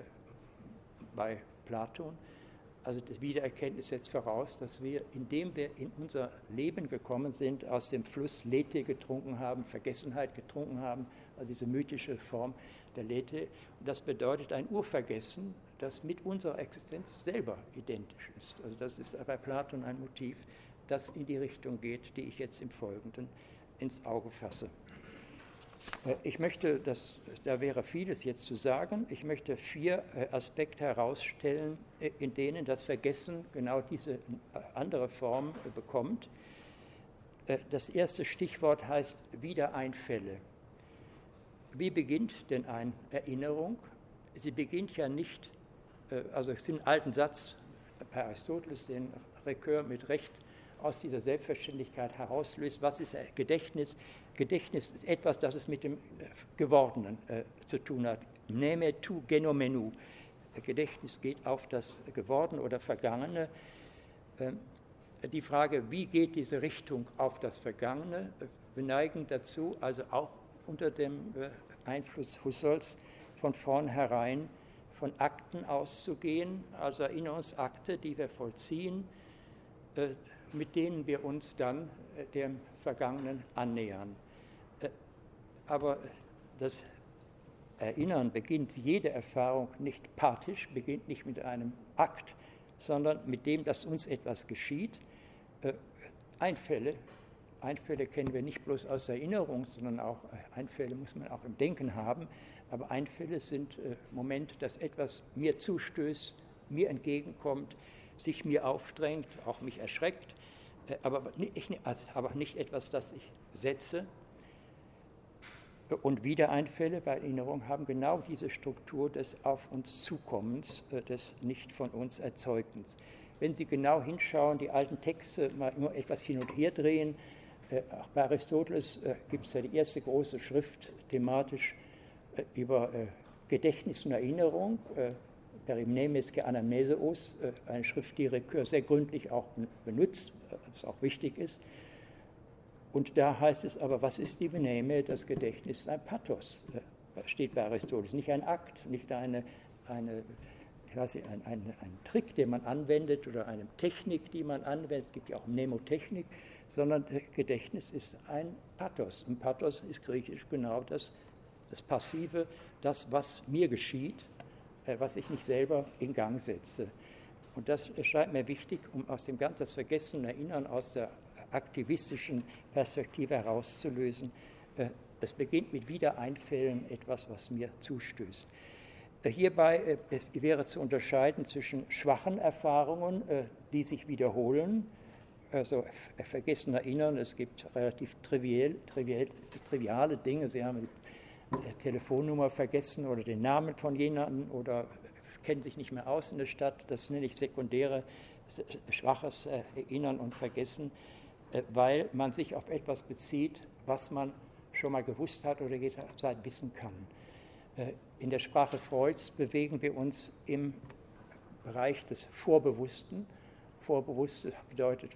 Platon. Also die Wiedererkenntnis setzt voraus, dass wir, indem wir in unser Leben gekommen sind, aus dem Fluss Lethe getrunken haben, Vergessenheit getrunken haben, also diese mythische Form der Lethe. Und das bedeutet ein Urvergessen, das mit unserer Existenz selber identisch ist. Also das ist bei Platon ein Motiv, das in die Richtung geht, die ich jetzt im Folgenden ins Auge fasse. Ich möchte, da wäre vieles jetzt zu sagen, ich möchte 4 Aspekte herausstellen, in denen das Vergessen genau diese andere Form bekommt. Das erste Stichwort heißt Wiedereinfälle. Wie beginnt denn eine Erinnerung? Sie beginnt ja nicht, also es ist ein alten Satz bei Aristoteles, den Ricoeur mit Recht aus dieser Selbstverständlichkeit herauslöst. Was ist Gedächtnis? Gedächtnis ist etwas, das es mit dem Gewordenen zu tun hat. Mneme tu genomenu. Gedächtnis geht auf das Gewordene oder Vergangene. Die Frage, wie geht diese Richtung auf das Vergangene, wir neigen dazu, also auch unter dem Einfluss Husserls von vornherein von Akten auszugehen, also Erinnerungsakte, die wir vollziehen, mit denen wir uns dann dem Vergangenen annähern. Aber das Erinnern beginnt wie jede Erfahrung nicht pathisch, beginnt nicht mit einem Akt, sondern mit dem, dass uns etwas geschieht. Einfälle kennen wir nicht bloß aus Erinnerung, sondern auch Einfälle muss man auch im Denken haben. Aber Einfälle sind Momente, dass etwas mir zustößt, mir entgegenkommt, sich mir aufdrängt, auch mich erschreckt, aber nicht etwas, das ich setze. Und Wiedereinfälle bei Erinnerung haben genau diese Struktur des Auf uns Zukommens, des nicht von uns Erzeugens. Wenn Sie genau hinschauen, die alten Texte mal immer etwas hin und her drehen, auch bei Aristoteles gibt es ja die erste große Schrift thematisch über Gedächtnis und Erinnerung, Perimnemes ke Anamneseos, eine Schrift, die Ricoeur sehr gründlich auch benutzt, was auch wichtig ist. Und da heißt es aber, was ist die Mneme? Das Gedächtnis ist ein Pathos, steht bei Aristoteles, nicht ein Akt, nicht eine ein Trick, den man anwendet oder eine Technik, die man anwendet. Es gibt ja auch Mnemotechnik, sondern Gedächtnis ist ein Pathos. Und Pathos ist griechisch genau das Passive, das, was mir geschieht, was ich nicht selber in Gang setze. Und das erscheint mir wichtig, um aus dem ganz das Vergessen, Erinnern aus der aktivistischen Perspektive herauszulösen. Es beginnt mit Wiedereinfällen, etwas, was mir zustößt. Hierbei wäre zu unterscheiden zwischen schwachen Erfahrungen, die sich wiederholen, also Vergessen, Erinnern. Es gibt relativ triviale Dinge. Sie haben die Telefonnummer vergessen oder den Namen von jemandem oder kennen sich nicht mehr aus in der Stadt. Das nenne ich sekundäre, schwaches Erinnern und Vergessen, weil man sich auf etwas bezieht, was man schon mal gewusst hat oder jederzeit wissen kann. In der Sprache Freuds bewegen wir uns im Bereich des Vorbewussten. Vorbewusst bedeutet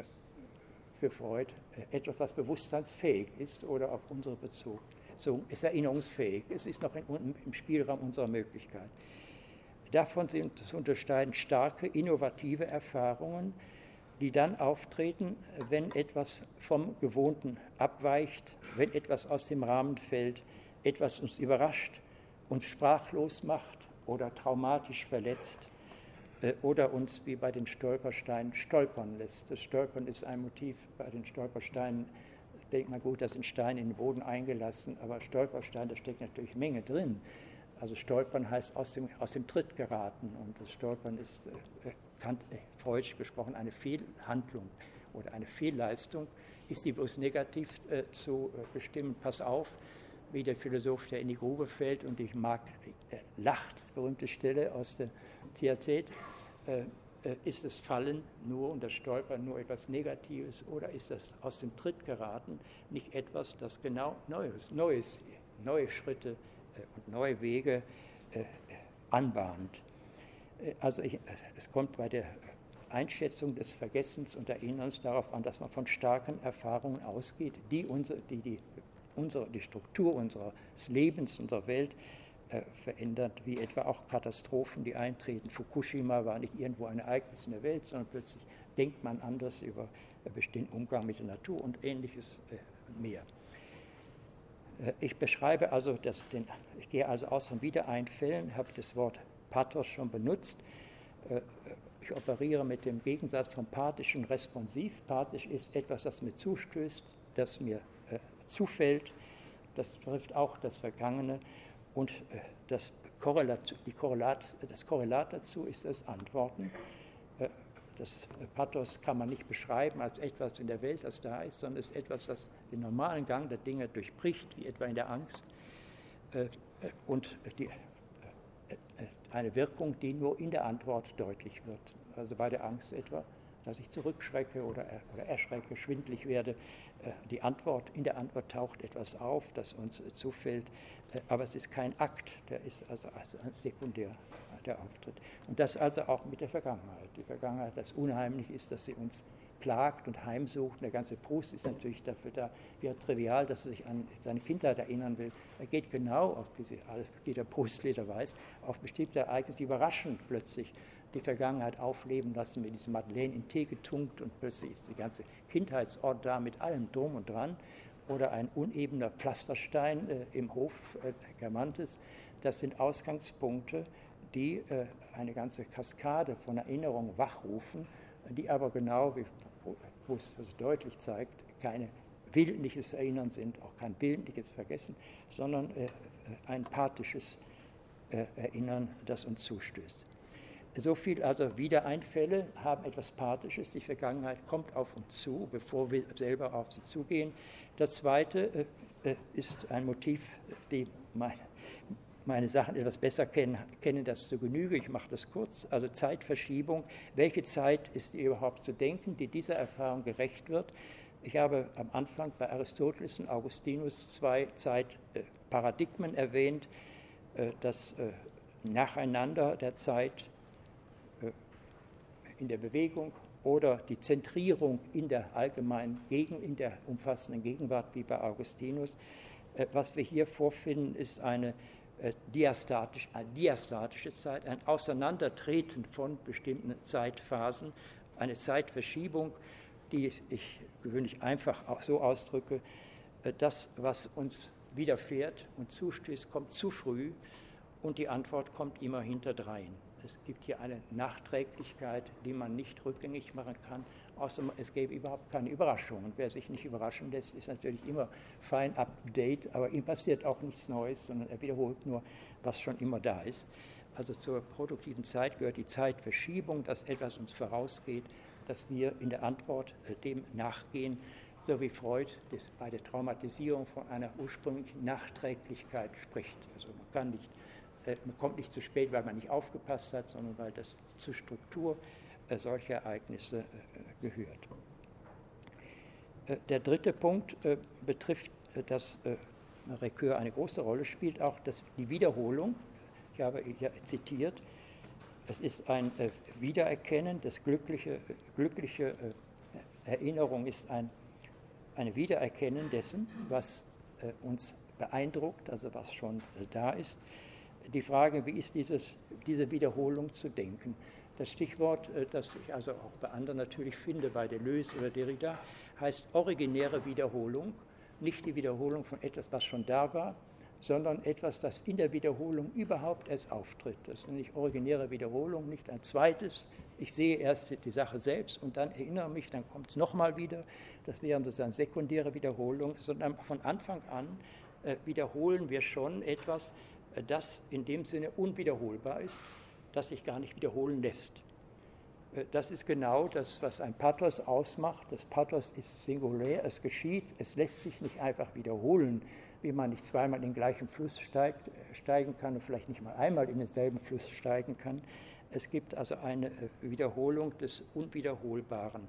für Freud etwas, was bewusstseinsfähig ist oder auf unsere Bezug. So ist erinnerungsfähig. Es ist noch im Spielraum unserer Möglichkeit. Davon sind zu unterscheiden starke, innovative Erfahrungen, die dann auftreten, wenn etwas vom Gewohnten abweicht, wenn etwas aus dem Rahmen fällt, etwas uns überrascht, uns sprachlos macht oder traumatisch verletzt oder uns wie bei den Stolpersteinen stolpern lässt. Das Stolpern ist ein Motiv bei den Stolpersteinen. Denkt man, gut, da sind Steine in den Boden eingelassen, aber Stolperstein, da steckt natürlich Menge drin. Also stolpern heißt aus dem Tritt geraten und das Stolpern ist, freudisch gesprochen, eine Fehlhandlung oder eine Fehlleistung. Ist die bloß negativ zu bestimmen? Pass auf, wie der Philosoph, der in die Grube fällt und ich mag, lacht, berühmte Stelle aus der Theatet. Ist das Fallen nur und das Stolpern nur etwas Negatives oder ist das aus dem Tritt geraten nicht etwas, das genau neue Schritte und neue Wege anbahnt? Also es kommt bei der Einschätzung des Vergessens und Erinnerns darauf an, dass man von starken Erfahrungen ausgeht, die die Struktur unseres Lebens, unserer Welt verändert, wie etwa auch Katastrophen, die eintreten. Fukushima war nicht irgendwo ein Ereignis in der Welt, sondern plötzlich denkt man anders über bestimmten Umgang mit der Natur und Ähnliches mehr. Ich beschreibe also, ich gehe also aus von Wiedereinfällen, habe das Wort Pathos schon benutzt. Ich operiere mit dem Gegensatz vom Pathischen responsiv. Pathisch ist etwas, das mir zustößt, das mir zufällt. Das trifft auch das Vergangene. Und das Korrelat dazu ist das Antworten. Das Pathos kann man nicht beschreiben als etwas in der Welt, das da ist, sondern es ist etwas, das den normalen Gang der Dinge durchbricht, wie etwa in der Angst. Und eine Wirkung, die nur in der Antwort deutlich wird. Also bei der Angst etwa, dass ich zurückschrecke oder erschrecke, schwindlig werde. In der Antwort taucht etwas auf, das uns zufällt, aber es ist kein Akt, der ist also sekundär, der auftritt. Und das also auch mit der Vergangenheit. Die Vergangenheit, das Unheimliche ist, dass sie uns plagt und heimsucht. Der ganze Proust ist natürlich dafür da, wie trivial, dass er sich an seine Kindheit erinnern will. Er geht genau auf, wie jeder Proust-Leser weiß, auf bestimmte Ereignisse, die überraschend plötzlich die Vergangenheit aufleben lassen, mit diesem Madeleine in Tee getunkt und plötzlich ist der ganze Kindheitsort da mit allem Drum und Dran. Oder ein unebener Pflasterstein im Hof Guermantes. Das sind Ausgangspunkte, die eine ganze Kaskade von Erinnerungen wachrufen, die aber genau, wie Proust das deutlich zeigt, kein willentliches Erinnern sind, auch kein willentliches Vergessen, sondern ein pathisches Erinnern, das uns zustößt. So viel also Wiedereinfälle haben etwas Pathisches, die Vergangenheit kommt auf uns zu, bevor wir selber auf sie zugehen. Das Zweite ist ein Motiv, die meine Sachen etwas besser kennen das zu Genüge, ich mache das kurz, also Zeitverschiebung. Welche Zeit ist überhaupt zu denken, die dieser Erfahrung gerecht wird? Ich habe am Anfang bei Aristoteles und Augustinus zwei Zeitparadigmen erwähnt, das Nacheinander der Zeit in der Bewegung oder die Zentrierung in der allgemeinen in der umfassenden Gegenwart wie bei Augustinus. Was wir hier vorfinden, ist eine diastatische Zeit, ein Auseinandertreten von bestimmten Zeitphasen, eine Zeitverschiebung, die ich gewöhnlich einfach auch so ausdrücke, das, was uns widerfährt und zustößt, kommt zu früh und die Antwort kommt immer hinterdrein. Es gibt hier eine Nachträglichkeit, die man nicht rückgängig machen kann, außer es gäbe überhaupt keine Überraschungen. Wer sich nicht überraschen lässt, ist natürlich immer fein up to date, aber ihm passiert auch nichts Neues, sondern er wiederholt nur, was schon immer da ist. Also zur produktiven Zeit gehört die Zeitverschiebung, dass etwas uns vorausgeht, dass wir in der Antwort dem nachgehen, so wie Freud bei der Traumatisierung von einer ursprünglichen Nachträglichkeit spricht. Also man kommt nicht zu spät, weil man nicht aufgepasst hat, sondern weil das zur Struktur solcher Ereignisse gehört. Der dritte Punkt betrifft, dass Ricoeur eine große Rolle spielt, auch die Wiederholung. Ich habe hier zitiert, es ist ein Wiedererkennen, das glückliche Erinnerung ist ein Wiedererkennen dessen, was uns beeindruckt, also was schon da ist. Die Frage, wie ist diese Wiederholung zu denken? Das Stichwort, das ich also auch bei anderen natürlich finde, bei Deleuze oder Derrida, heißt originäre Wiederholung, nicht die Wiederholung von etwas, was schon da war, sondern etwas, das in der Wiederholung überhaupt erst auftritt. Das ist nämlich originäre Wiederholung, nicht ein zweites. Ich sehe erst die Sache selbst und dann erinnere mich, dann kommt es nochmal wieder. Das wären sozusagen sekundäre Wiederholungen, sondern von Anfang an wiederholen wir schon etwas, das in dem Sinne unwiederholbar ist, das sich gar nicht wiederholen lässt. Das ist genau das, was ein Pathos ausmacht. Das Pathos ist singulär, es geschieht, es lässt sich nicht einfach wiederholen, wie man nicht zweimal in den gleichen Fluss steigen kann und vielleicht nicht mal einmal in denselben Fluss steigen kann. Es gibt also eine Wiederholung des Unwiederholbaren.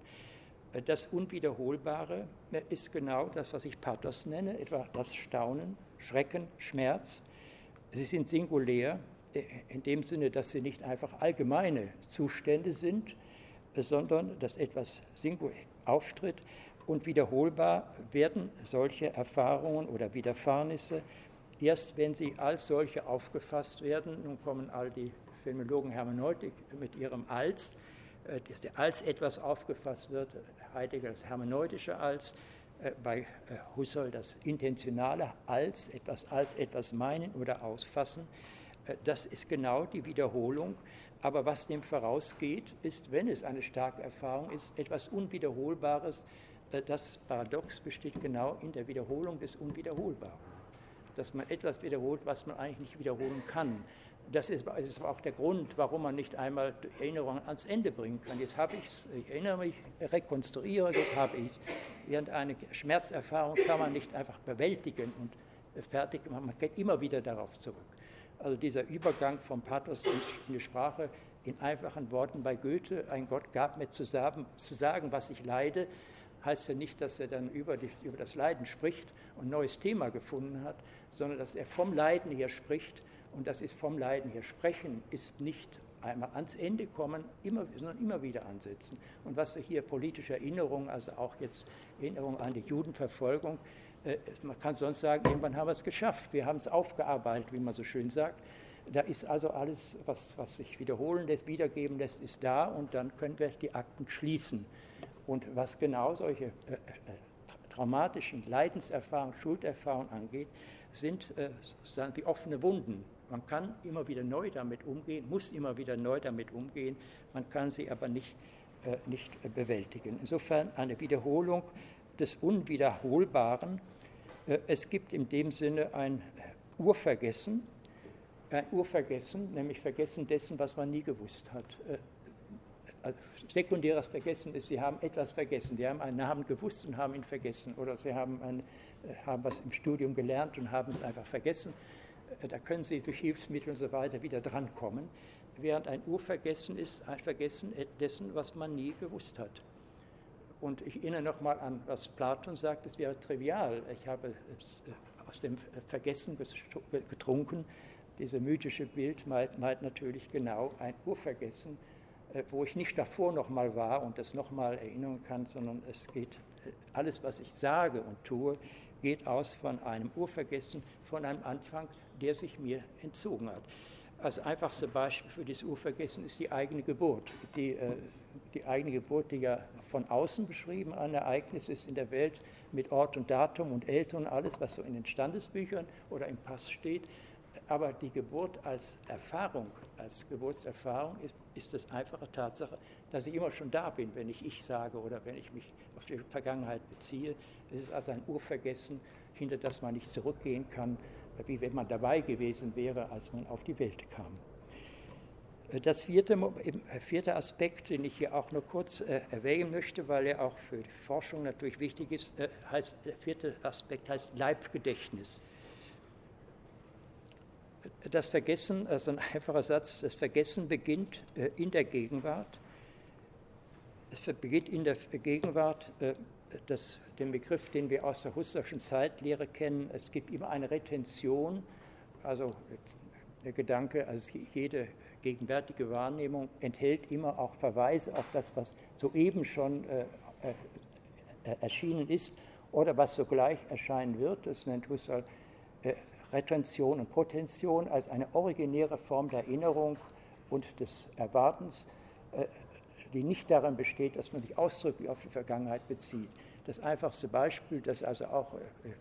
Das Unwiederholbare ist genau das, was ich Pathos nenne, etwa das Staunen, Schrecken, Schmerz. Sie sind singulär in dem Sinne, dass sie nicht einfach allgemeine Zustände sind, sondern dass etwas singulär auftritt. Und wiederholbar werden solche Erfahrungen oder Widerfahrnisse erst, wenn sie als solche aufgefasst werden. Nun kommen all die Phänomenologen Hermeneutik mit ihrem Als, dass der Als etwas aufgefasst wird, Heidegger das hermeneutische Als, bei Husserl das intentionale als etwas meinen oder ausfassen. Das ist genau die Wiederholung. Aber was dem vorausgeht, ist, wenn es eine starke Erfahrung ist, etwas Unwiederholbares. Das Paradox besteht genau in der Wiederholung des Unwiederholbaren. Dass man etwas wiederholt, was man eigentlich nicht wiederholen kann. Das ist aber auch der Grund, warum man nicht einmal die Erinnerung ans Ende bringen kann. Jetzt habe ich es, ich erinnere mich, rekonstruiere, jetzt habe ich es. Irgendeine Schmerzerfahrung kann man nicht einfach bewältigen und fertig machen. Man geht immer wieder darauf zurück. Also dieser Übergang vom Pathos in die Sprache in einfachen Worten bei Goethe, ein Gott gab mir zu sagen, was ich leide, heißt ja nicht, dass er dann über das Leiden spricht und ein neues Thema gefunden hat, sondern dass er vom Leiden her spricht. Und das ist vom Leiden her sprechen, ist nicht einmal ans Ende kommen, sondern immer wieder ansetzen. Und was wir hier politische Erinnerung, also auch jetzt Erinnerung an die Judenverfolgung, man kann sonst sagen, irgendwann haben wir es geschafft, wir haben es aufgearbeitet, wie man so schön sagt. Da ist also alles, was sich wiederholen lässt, wiedergeben lässt, ist da und dann können wir die Akten schließen. Und was genau solche traumatischen Leidenserfahrungen, Schulderfahrungen angeht, sind sozusagen wie offene Wunden. Man kann immer wieder neu damit umgehen, muss immer wieder neu damit umgehen, man kann sie aber nicht bewältigen. Insofern eine Wiederholung des Unwiederholbaren. Es gibt in dem Sinne ein Urvergessen, nämlich Vergessen dessen, was man nie gewusst hat. Also sekundäres Vergessen ist, Sie haben etwas vergessen, Sie haben einen Namen gewusst und haben ihn vergessen, oder Sie haben was im Studium gelernt und haben es einfach vergessen. Da können Sie durch Hilfsmittel und so weiter wieder drankommen, während ein Urvergessen ist ein Vergessen dessen, was man nie gewusst hat. Und ich erinnere nochmal an, was Platon sagt, es wäre trivial. Ich habe aus dem Vergessen getrunken. Dieses mythische Bild meint natürlich genau ein Urvergessen, wo ich nicht davor nochmal war und das nochmal erinnern kann, sondern es geht, alles, was ich sage und tue, geht aus von einem Urvergessen, von einem Anfang, der sich mir entzogen hat. Als einfachste Beispiel für dieses Urvergessen ist die eigene Geburt. Die eigene Geburt, die ja von außen beschrieben ein Ereignis ist in der Welt mit Ort und Datum und Eltern und alles, was so in den Standesbüchern oder im Pass steht. Aber die Geburt als Erfahrung, als Geburtserfahrung ist das einfache Tatsache, dass ich immer schon da bin, wenn ich sage oder wenn ich mich auf die Vergangenheit beziehe. Es ist also ein Urvergessen, hinter das man nicht zurückgehen kann, wie wenn man dabei gewesen wäre, als man auf die Welt kam. Das vierte Aspekt, den ich hier auch nur kurz erwähnen möchte, weil er auch für die Forschung natürlich wichtig ist, der vierte Aspekt heißt Leibgedächtnis. Das Vergessen, also ein einfacher Satz, das Vergessen beginnt in der Gegenwart. Es beginnt in der Gegenwart, den Begriff, den wir aus der Husserlschen Zeitlehre kennen. Es gibt immer eine Retention, also der Gedanke, also jede gegenwärtige Wahrnehmung enthält immer auch Verweise auf das, was soeben schon erschienen ist oder was sogleich erscheinen wird. Das nennt Husserl Retention und Protention als eine originäre Form der Erinnerung und des Erwartens, die nicht darin besteht, dass man sich ausdrücklich auf die Vergangenheit bezieht. Das einfachste Beispiel, das also auch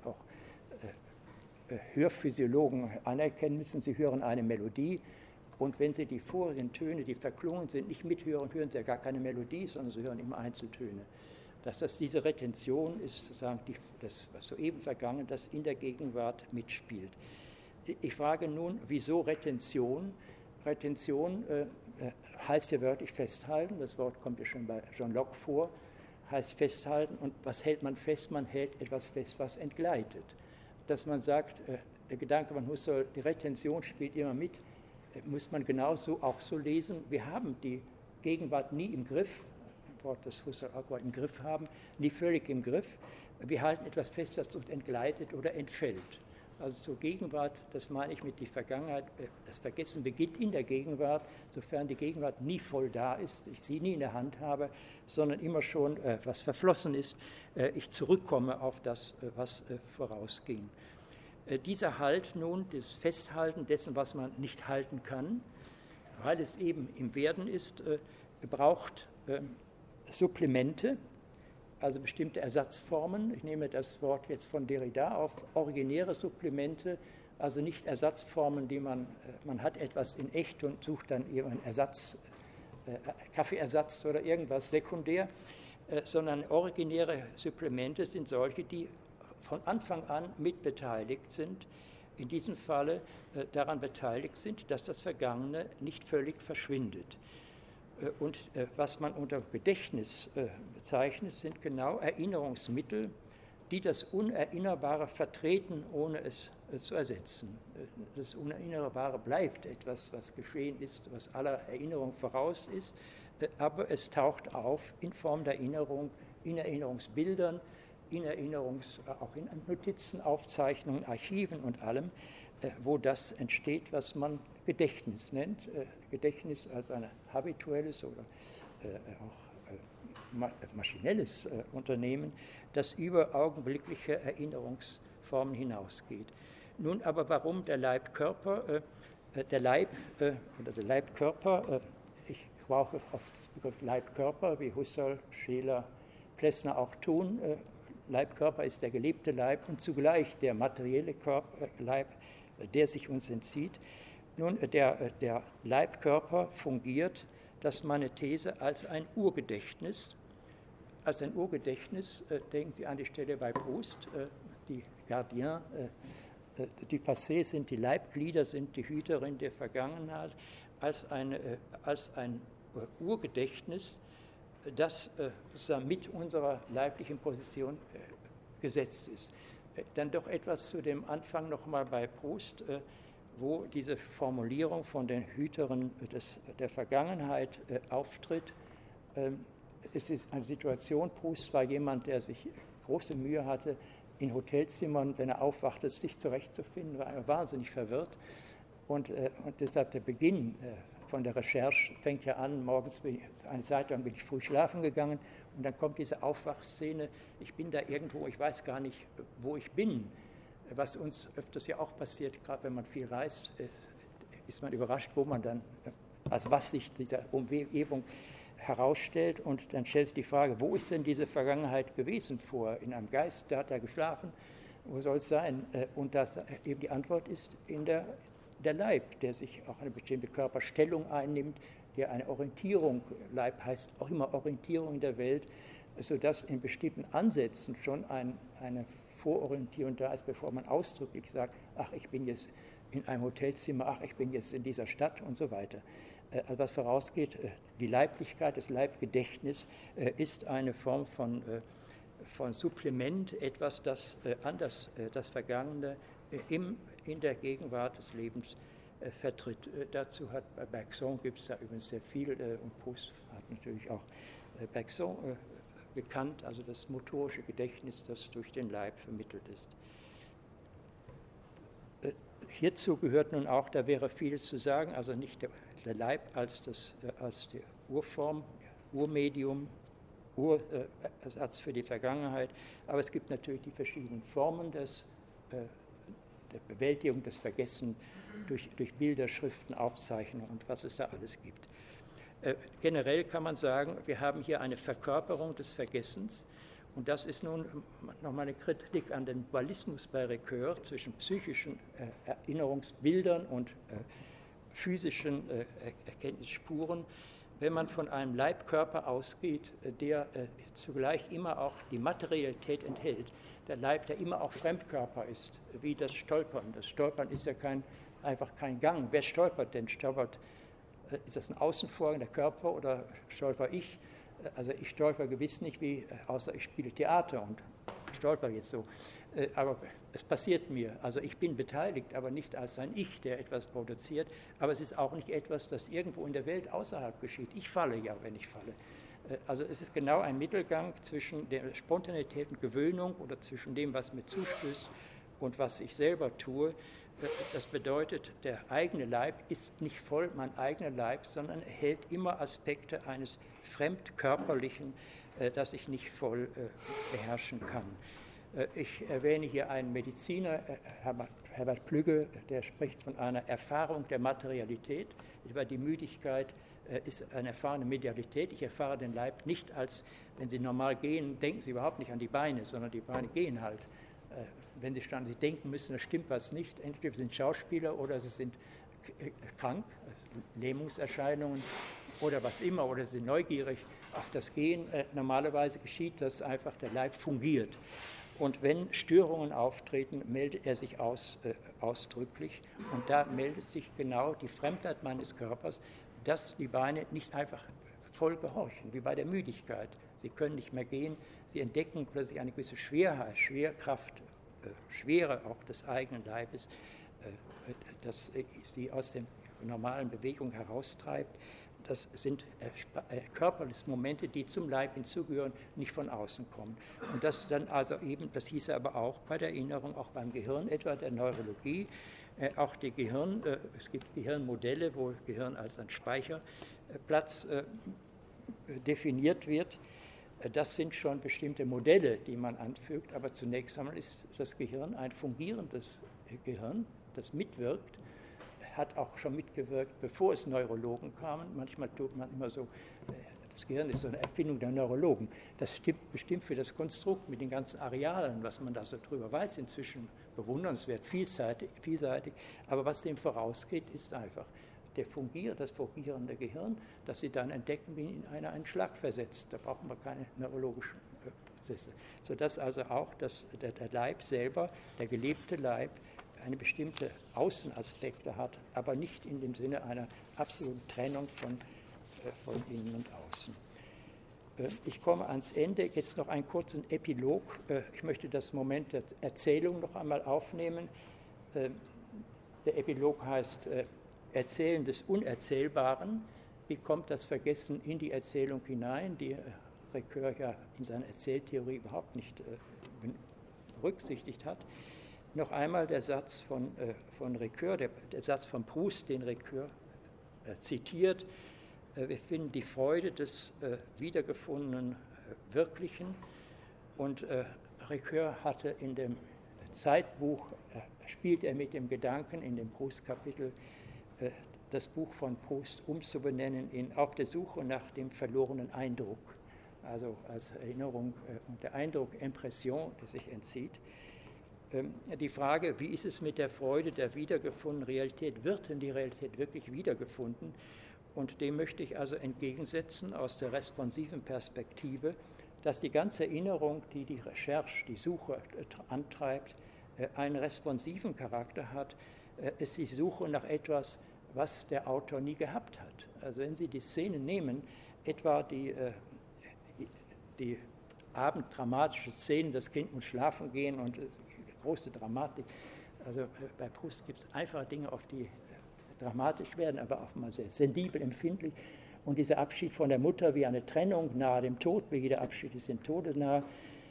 Hörphysiologen anerkennen müssen, sie hören eine Melodie und wenn sie die vorigen Töne, die verklungen sind, nicht mithören, hören sie ja gar keine Melodie, sondern sie hören immer Einzeltöne. Dass das diese Retention ist, sozusagen das, was soeben vergangen, das in der Gegenwart mitspielt. Ich frage nun, wieso Retention? Retention heißt ja wörtlich festhalten, das Wort kommt ja schon bei John Locke vor, heißt festhalten. Und was hält man fest? Man hält etwas fest, was entgleitet. Dass man sagt, der Gedanke von Husserl, die Retention spielt immer mit, muss man genauso auch so lesen. Wir haben die Gegenwart nie im Griff, ein Wort, das Husserl auch im Griff haben, nie völlig im Griff. Wir halten etwas fest, das uns entgleitet oder entfällt. Also zur Gegenwart, das meine ich mit der Vergangenheit, das Vergessen beginnt in der Gegenwart, sofern die Gegenwart nie voll da ist, ich sie nie in der Hand habe, sondern immer schon, was verflossen ist, ich zurückkomme auf das, was vorausging. Dieser Halt nun, das Festhalten dessen, was man nicht halten kann, weil es eben im Werden ist, braucht Supplemente, also bestimmte Ersatzformen. Ich nehme das Wort jetzt von Derrida auf, originäre Supplemente, also nicht Ersatzformen, die man hat etwas in echt und sucht dann irgendeinen Ersatz, Kaffeeersatz oder irgendwas sekundär, sondern originäre Supplemente sind solche, die von Anfang an mitbeteiligt sind, in diesem Falle daran beteiligt sind, dass das Vergangene nicht völlig verschwindet. Und was man unter Gedächtnis bezeichnet, sind genau Erinnerungsmittel, die das Unerinnerbare vertreten, ohne es zu ersetzen. Das Unerinnerbare bleibt etwas, was geschehen ist, was aller Erinnerung voraus ist, aber es taucht auf in Form der Erinnerung, in Erinnerungsbildern, auch in Notizen, Aufzeichnungen, Archiven und allem, wo das entsteht, was man Gedächtnis nennt. Gedächtnis als ein habituelles oder auch maschinelles Unternehmen, das über augenblickliche Erinnerungsformen hinausgeht. Nun aber, warum der Leib-Körper? Der Leib oder der Leib-Körper, ich brauche auf das Begriff Leib-Körper, wie Husserl, Scheler, Plessner auch tun. Leib-Körper ist der gelebte Leib und zugleich der materielle Leib, der sich uns entzieht. Nun, der Leibkörper fungiert, das ist meine These, als ein Urgedächtnis. Als ein Urgedächtnis, denken Sie an die Stelle bei Proust, die Gardiens, die Passés sind die Leibglieder, sind die Hüterin der Vergangenheit, als ein Urgedächtnis, das mit unserer leiblichen Position gesetzt ist. Dann doch etwas zu dem Anfang nochmal bei Proust, wo diese Formulierung von den Hüterinnen der Vergangenheit auftritt. Es ist eine Situation, Proust war jemand, der sich große Mühe hatte, in Hotelzimmern, wenn er aufwachte, sich zurechtzufinden, war er wahnsinnig verwirrt. Und deshalb der Beginn von der Recherche fängt ja an, morgens eine Zeit lang bin ich früh schlafen gegangen und dann kommt diese Aufwachszene, ich bin da irgendwo, ich weiß gar nicht, wo ich bin. was uns öfters ja auch passiert, gerade wenn man viel reist, ist man überrascht, wo man dann, also was sich dieser Umgebung herausstellt, und dann stellt sich die Frage, wo ist denn diese Vergangenheit gewesen vorher? In einem Geist, da hat er geschlafen, wo soll es sein? Und das, eben die Antwort ist in der Leib, der sich auch eine bestimmte Körperstellung einnimmt, der eine Orientierung, Leib heißt auch immer Orientierung in der Welt, sodass in bestimmten Ansätzen schon eine Vororientierung da ist, bevor man ausdrücklich sagt, ach, ich bin jetzt in einem Hotelzimmer, ach, ich bin jetzt in dieser Stadt und so weiter. Also was vorausgeht, die Leiblichkeit, das Leibgedächtnis ist eine Form von Supplement, etwas, das anders das Vergangene in der Gegenwart des Lebens vertritt. Dazu hat bei Bergson, gibt es da übrigens sehr viel, und Proust hat natürlich auch Bergson gekannt, also das motorische Gedächtnis, das durch den Leib vermittelt ist. Hierzu gehört nun auch, da wäre vieles zu sagen, also nicht der Leib als die Urform, Urmedium, Urersatz für die Vergangenheit, aber es gibt natürlich die verschiedenen Formen der Bewältigung des Vergessens durch Bilder, Schriften, Aufzeichnungen und was es da alles gibt. Generell kann man sagen, wir haben hier eine Verkörperung des Vergessens, und das ist nun nochmal eine Kritik an den Dualismus bei Ricoeur zwischen psychischen Erinnerungsbildern und physischen Erkenntnisspuren. Wenn man von einem Leibkörper ausgeht, der zugleich immer auch die Materialität enthält, der Leib, der immer auch Fremdkörper ist, wie das Stolpern. Das Stolpern ist ja einfach kein Gang. Wer stolpert denn? Ist das ein Außenvorgang, der Körper, oder stolper ich? Also ich stolper gewiss nicht, außer ich spiele Theater und stolper jetzt so. Aber es passiert mir. Also ich bin beteiligt, aber nicht als ein Ich, der etwas produziert. Aber es ist auch nicht etwas, das irgendwo in der Welt außerhalb geschieht. Ich falle ja, wenn ich falle. Also es ist genau ein Mittelgang zwischen der Spontanität und Gewöhnung oder zwischen dem, was mir zustößt und was ich selber tue. Das bedeutet, der eigene Leib ist nicht voll mein eigener Leib, sondern erhält immer Aspekte eines Fremdkörperlichen, das ich nicht voll beherrschen kann. Ich erwähne hier einen Mediziner, Herbert Plügge, der spricht von einer Erfahrung der Materialität. Die Müdigkeit ist eine erfahrene Medialität. Ich erfahre den Leib nicht als, wenn Sie normal gehen, denken Sie überhaupt nicht an die Beine, sondern die Beine gehen halt. Wenn Sie standen, Sie denken müssen, da stimmt was nicht. Entweder Sie sind Schauspieler oder Sie sind krank, Lähmungserscheinungen oder was immer, oder Sie sind neugierig auf das Gehen. Normalerweise geschieht das einfach, der Leib fungiert. Und wenn Störungen auftreten, meldet er sich ausdrücklich. Und da meldet sich genau die Fremdheit meines Körpers, dass die Beine nicht einfach voll gehorchen, wie bei der Müdigkeit. Sie können nicht mehr gehen, sie entdecken plötzlich eine gewisse Schwerheit, Schwerkraft, Schwere auch des eigenen Leibes, dass sie aus den normalen Bewegungen heraustreibt. Das sind körperliche Momente, die zum Leib hinzugehören, nicht von außen kommen. Und das dann also eben, das hieße aber auch bei der Erinnerung, auch beim Gehirn, etwa der Neurologie, auch die es gibt Gehirnmodelle, wo Gehirn als ein Speicherplatz definiert wird. Das sind schon bestimmte Modelle, die man anfügt, aber zunächst einmal ist das Gehirn ein fungierendes Gehirn, das mitwirkt, hat auch schon mitgewirkt, bevor es Neurologen kamen. Manchmal tut man immer so, das Gehirn ist so eine Erfindung der Neurologen. Das stimmt bestimmt für das Konstrukt mit den ganzen Arealen, was man da so drüber weiß, inzwischen bewundernswert, vielseitig. Aber was dem vorausgeht, ist einfach das fungierende Gehirn, das Sie dann entdecken, wie in einen Schlag versetzt. Da brauchen wir keine neurologischen Prozesse. Sodass also auch der Leib selber, der gelebte Leib, eine bestimmte Außenaspekte hat, aber nicht in dem Sinne einer absoluten Trennung von Innen und Außen. Ich komme ans Ende. Jetzt noch einen kurzen Epilog. Ich möchte das Moment der Erzählung noch einmal aufnehmen. Der Epilog heißt Erzählen des Unerzählbaren. Wie kommt das Vergessen in die Erzählung hinein, die Ricoeur ja in seiner Erzähltheorie überhaupt nicht berücksichtigt hat? Noch einmal der Satz von Ricoeur, der Satz von Proust, den Ricoeur zitiert. Wir finden die Freude des wiedergefundenen Wirklichen. Und Ricoeur hatte in dem Zeitbuch spielt er mit dem Gedanken, in dem Proust-Kapitel das Buch von Proust umzubenennen in Auf der Suche nach dem verlorenen Eindruck, also als Erinnerung und der Eindruck, Impression, der sich entzieht. Die Frage, wie ist es mit der Freude der wiedergefundenen Realität? Wird denn die Realität wirklich wiedergefunden? Und dem möchte ich also entgegensetzen aus der responsiven Perspektive, dass die ganze Erinnerung, die die Recherche, die Suche antreibt, einen responsiven Charakter hat. Es ist die Suche nach etwas, was der Autor nie gehabt hat. Also wenn Sie die Szene nehmen, etwa die abenddramatische Szene, das Kind muss schlafen gehen und große Dramatik. Also bei Proust gibt es einfache Dinge, auf die dramatisch werden, aber auch mal sehr sensibel, empfindlich. Und dieser Abschied von der Mutter wie eine Trennung nahe dem Tod, wie jeder Abschied ist dem Tode nahe.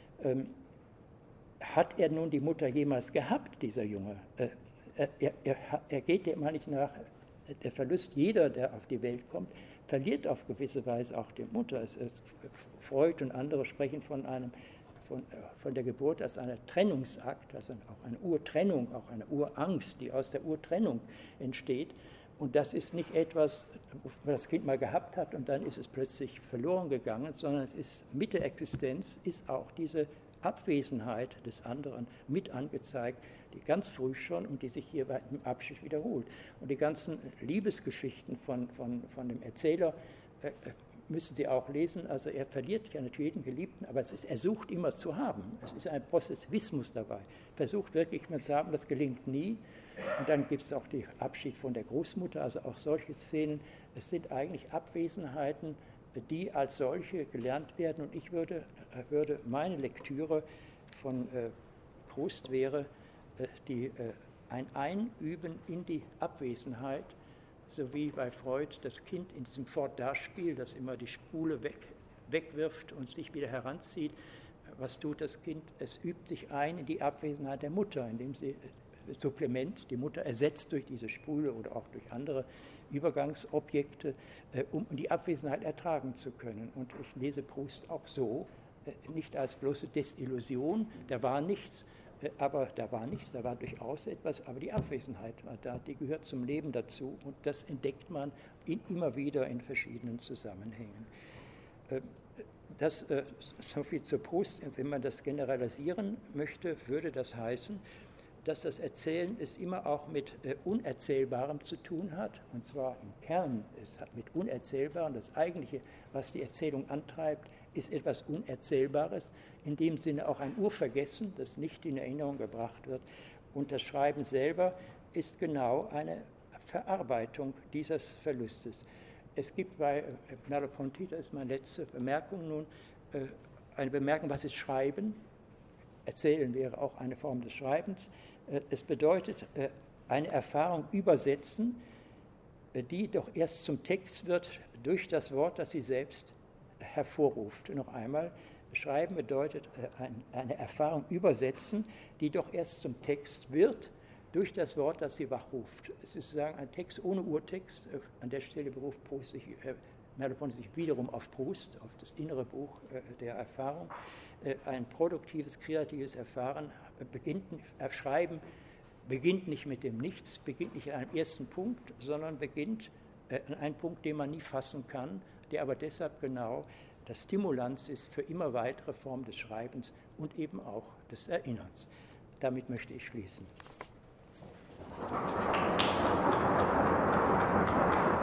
Hat er nun die Mutter jemals gehabt, dieser Junge? Er geht dem mal nicht nach. Der Verlust jeder, der auf die Welt kommt, verliert auf gewisse Weise auch die Mutter. Freud und andere sprechen von der Geburt als einer Trennungsakt, also auch eine Urtrennung, auch eine Urangst, die aus der Urtrennung entsteht. Und das ist nicht etwas, was das Kind mal gehabt hat und dann ist es plötzlich verloren gegangen, sondern es ist mit der Existenz, ist auch diese Abwesenheit des anderen mit angezeigt, die ganz früh schon und die sich hier bei dem Abschied wiederholt. Und die ganzen Liebesgeschichten von dem Erzähler müssen Sie auch lesen. Also er verliert ja natürlich jeden Geliebten, aber er sucht immer zu haben. Es ist ein Possessivismus dabei. Versucht wirklich mal zu haben, das gelingt nie. Und dann gibt es auch den Abschied von der Großmutter, also auch solche Szenen. Es sind eigentlich Abwesenheiten, die als solche gelernt werden. Und ich würde meine Lektüre von Proust wäre ein Einüben in die Abwesenheit, so wie bei Freud das Kind in diesem Fort-da-Spiel, das immer die Spule wegwirft und sich wieder heranzieht. Was tut das Kind? Es übt sich ein in die Abwesenheit der Mutter, indem sie Supplement, die Mutter ersetzt durch diese Spule oder auch durch andere Übergangsobjekte, um die Abwesenheit ertragen zu können. Und ich lese Proust auch so, nicht als bloße Desillusion, da war nichts, aber da war nichts, da war durchaus etwas, aber die Abwesenheit war da, die gehört zum Leben dazu und das entdeckt man immer wieder in verschiedenen Zusammenhängen. So viel zu Proust, wenn man das generalisieren möchte, würde das heißen, dass das Erzählen es immer auch mit Unerzählbarem zu tun hat, und zwar im Kern, es hat mit Unerzählbarem, das Eigentliche, was die Erzählung antreibt, ist etwas Unerzählbares, in dem Sinne auch ein Urvergessen, das nicht in Erinnerung gebracht wird. Und das Schreiben selber ist genau eine Verarbeitung dieses Verlustes. Es gibt bei Merleau-Ponty, das ist meine letzte Bemerkung nun, eine Bemerkung, was ist Schreiben? Erzählen wäre auch eine Form des Schreibens. Es bedeutet eine Erfahrung übersetzen, die doch erst zum Text wird durch das Wort, das sie selbst hervorruft. Noch einmal, Schreiben bedeutet eine Erfahrung übersetzen, die doch erst zum Text wird durch das Wort, das sie wachruft. Es ist sozusagen ein Text ohne Urtext. An der Stelle beruft Merleau-Ponty sich wiederum auf Proust, auf das innere Buch der Erfahrung. Ein produktives, kreatives Erfahren Schreiben beginnt nicht mit dem Nichts, beginnt nicht an einem ersten Punkt, sondern beginnt an einem Punkt, den man nie fassen kann, der aber deshalb genau das Stimulanz ist für immer weitere Formen des Schreibens und eben auch des Erinnerns. Damit möchte ich schließen.